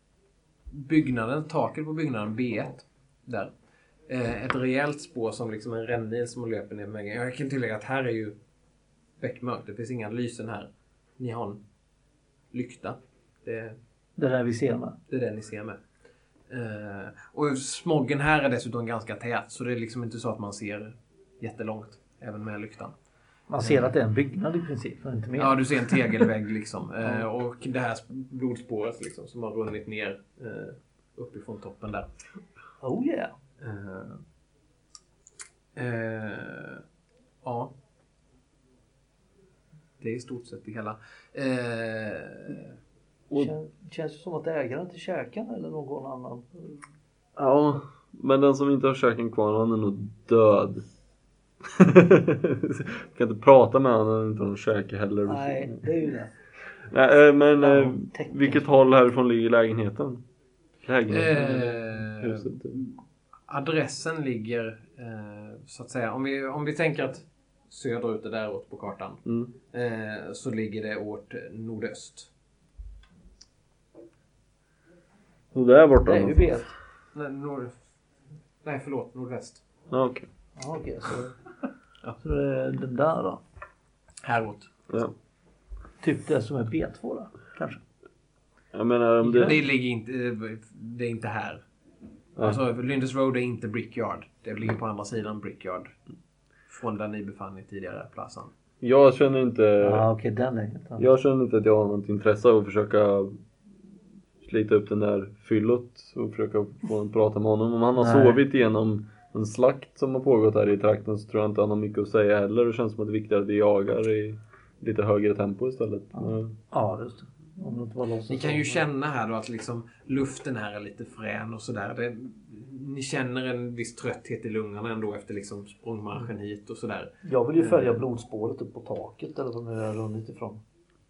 taket på byggnaden B1 där. Ett rejält spår som liksom en rännil som löper ner med väggen. Jag kan tillägga att här är ju beckmörkt. Det finns inga lysen här. Ni har en lykta. Det där vi ser med. Det är det ni ser med. Och smoggen här är dessutom ganska tät. Så det är liksom inte så att man ser jättelångt. Även med lyktan. Man ser att det är en byggnad i princip. Inte mer. Ja, du ser en tegelvägg liksom. Och det här blodspåret liksom, som har runnit ner uppifrån toppen där. Oh yeah. Ja. Det är i stort sett det hela. Känns det som att ägaren till käken eller någon annan? Ja, men den som inte har käken kvar, han är nog död. Kan inte prata med honom, han inte har någon käke heller. Nej, det är ju det. Nej, men vilket håll härifrån ligger lägenheten? Adressen ligger så att säga, om vi tänker att söderut och däråt på kartan. Så ligger det åt nordöst. Så där borta? Det är ju bet. Nej, förlåt. Nordväst. Ja, okej. Ja, okej. Så det är den där då. Häråt. Ja. Typ det som är B2 då, kanske. Jag menar om Det ligger inte... Det är inte här. Alltså, Linders Road är inte Brickyard. Det ligger på andra sidan Brickyard. Från där ni befann er tidigare, platsen. Jag känner inte... Ja, okej, den är Jag känner inte att jag har något intresse av att försöka slita upp den där fyllot och försöka få en prata med honom. Om han har sovit igenom en slakt som har pågått här i trakten så tror jag inte han har mycket att säga heller. Det känns som att det är viktigare att vi jagar i lite högre tempo istället. Ja, just det. Ni kan ju känna här då att liksom luften här är lite frän och sådär. Ni känner en viss trötthet i lungorna ändå efter liksom språngmarschen hit och sådär. Jag vill ju följa blodspåret upp på taket eller vad nu är runt ifrån.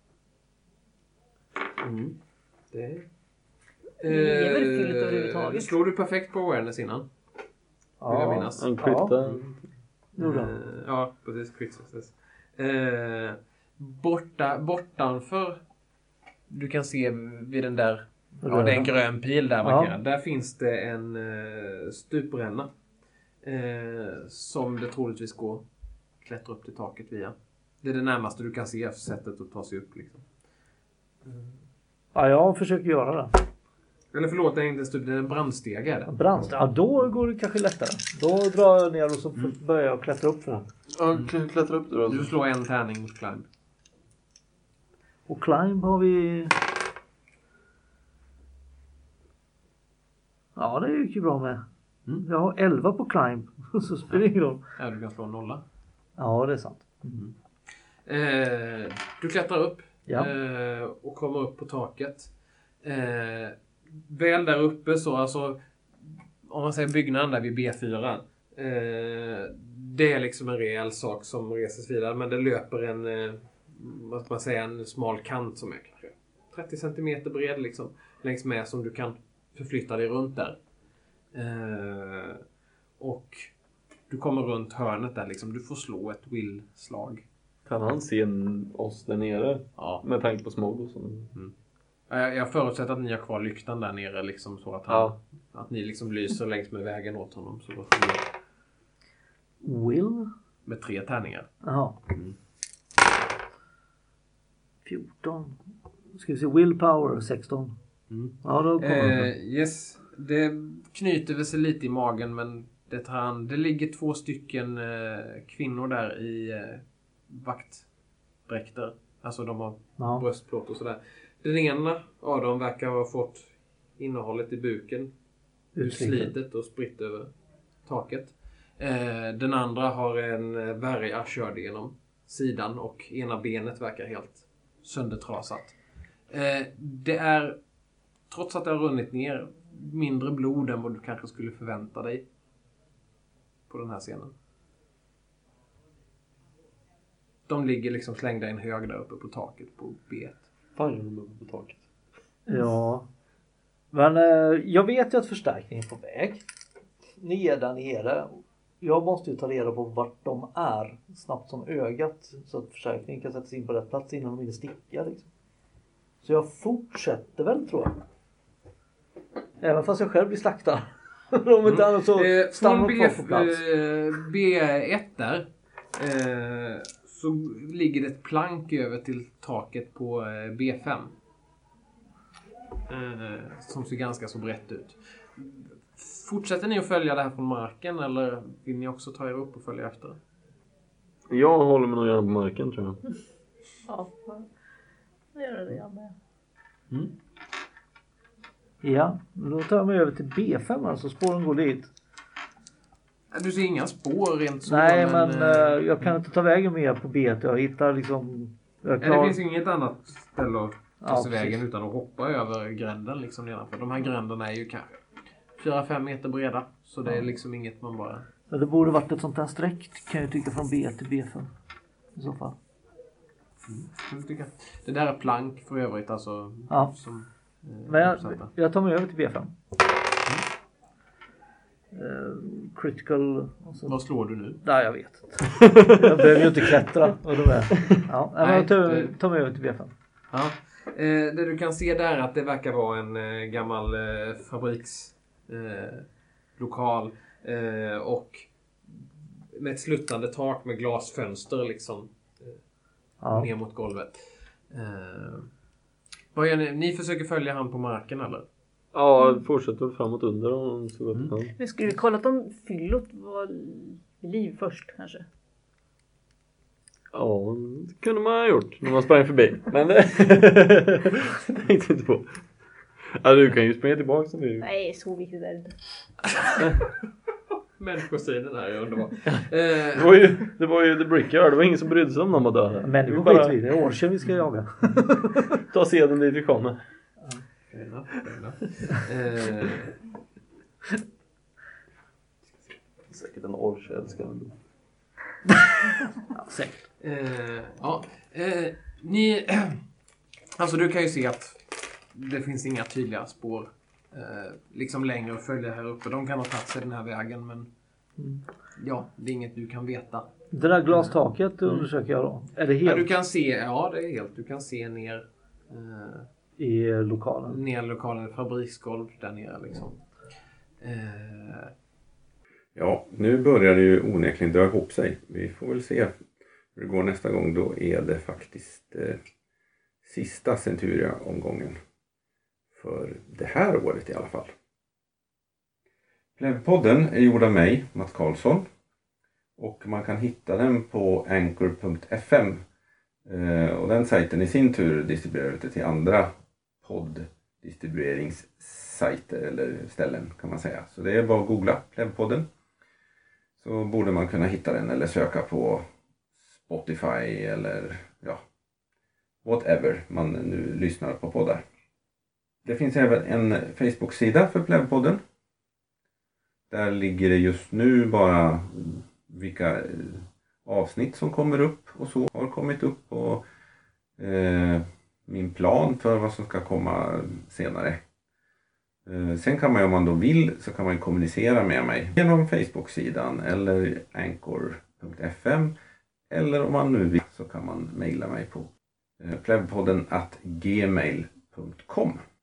Det är väl fyllt överhuvudtaget. slår du perfekt på awareness innan? Vill jag minnas. En kritta. Ja, precis. Precis. Bortanför du kan se vid den där det är en grön pil där markerad. Där finns det en stupränna som det troligtvis går klättra upp till taket via. Det är det närmaste du kan se för sättet att ta sig upp liksom. Ja, jag försöker göra det. Eller förlåt, det är inte en stup, det är en brandstege är det. Brandstege? Ja, då går det kanske lättare. Då drar jag ner och så börjar jag klättra upp för den. Ja, klättra upp då. Du slår en tärning mot climb. Och climb har vi... Ja, det gick ju bra med. Jag har 11 på climb. Så spelar det ingen roll. Ja, du kan slå en 0. Ja, det är sant. Du klättrar upp och kommer upp på taket. Väl där uppe så alltså om man säger byggnaden där vid B4 det är liksom en rejäl sak som reses vidare men det löper vad ska man säga, en smal kant som är kanske 30 cm bred liksom längs med som du kan förflytta dig runt där. Och du kommer runt hörnet där liksom. Du får slå ett will-slag. Kan han se oss där nere? Ja. Med tanke på smog och sånt. Jag förutsätter att ni har kvar lyktan där nere liksom så att att ni liksom lyser längs med vägen åt honom så att Will? med 3 tärningar. Jaha. 14. Ska vi se, willpower 16. Ja, då kommer yes, det knyter väl sig lite i magen men det ligger 2 stycken kvinnor där i vaktdräkter. Alltså de har bröstplåt och sådär. Den ena av dem verkar ha fått innehållet i buken utslitet och spritt över taket. Den andra har en värja körd genom sidan och ena benet verkar helt söndertrasat. Det är, trots att det har runnit ner, mindre blod än vad du kanske skulle förvänta dig på den här scenen. De ligger liksom slängda i en hög där uppe på taket på B1. Fan, är de uppe på taket? Ja. Men jag vet ju att förstärkningen är på väg. Ni är där nere. Jag måste ju ta reda på vart de är snabbt som ögat så att förstärkningen kan sättas in på rätt plats innan de vill sticka liksom. Så jag fortsätter väl tror jag. Även fast jag själv blir slaktad. Om inte annat så stannar kvar på plats. B1 där så ligger det ett plank över till taket på B5. Som ser ganska så brett ut. Fortsätter ni att följa det här från marken eller vill ni också ta er upp och följa efter? Jag håller mig nog gärna på marken tror jag. Ja, det gör det jag med. Ja, då tar jag mig över till B5 alltså, spåren går dit. Du ser inga spår rent så. Nej, men jag kan inte ta vägen mer på B1. Jag hittar liksom... Det finns inget annat ställe att ta sig vägen utan att hoppa över gränden liksom nedanför. De här gränderna är ju kanske 4-5 meter breda. Så det är liksom inget man bara... Ja, det borde varit ett sånt här streck kan jag tycka från B1 till B5. I så fall. Det där är plank för övrigt alltså. Ja. Som, men jag tar mig över till B5. critical. Vad slår du nu? Nej, jag vet inte. Jag behöver ju inte klättra. Och då är. Ja, jag tar mig över till V5. Ja. Det du kan se där är att det verkar vara en gammal fabrikslokal och med ett sluttande tak med glasfönster liksom ner mot golvet. Vad gör ni? Ni försöker följa han på marken eller? Ja, fortsätter framåt under honom. Vi skulle kolla om fyllot var liv först kanske. Ja, det kunde man ha gjort när man sprang förbi. Men det tänkte inte på. Ja, du kan ju springa tillbaka som du. Nej, så viktigt är det inte. Människosynen här är underbar. Det var ju The Brickyard. Det var ingen som brydde sig om de var döda. Människor skit vid. Det är år sedan vi ska jaga. Ta sedan dit vi kommer. Säkert en orrkälskare. Ja, säkert. Ni... Alltså du kan ju se att det finns inga tydliga spår liksom längre att följa här uppe. De kan ha tagit sig den här vägen, men ja, det är inget du kan veta. Det där glastaket undersöker jag då. Är det helt? Ja, du kan se, ja det är helt. Du kan se ner i lokalen. Ner i lokalen, fabriksgolv där nere liksom. Ja, nu börjar det ju onekligen dra ihop sig. Vi får väl se hur det går nästa gång. Då är det faktiskt sista Centuria-omgången. För det här året i alla fall. Plevpodden är gjord av mig, Mats Karlsson. Och man kan hitta den på anchor.fm. Och den sajten i sin tur distribuerar ut det till andra podddistribueringssajter eller ställen kan man säga. Så det är bara att googla Plevpodden. Så borde man kunna hitta den eller söka på Spotify eller ja, whatever man nu lyssnar på poddar. Det finns även en Facebook-sida för Plevpodden. Där ligger det just nu bara vilka avsnitt som kommer upp och så har kommit upp och min plan för vad som ska komma senare. Sen kan man, om man då vill, så kan man kommunicera med mig genom Facebook-sidan eller anchor.fm, eller om man nu vill så kan man mejla mig på plevpodden@gmail.com.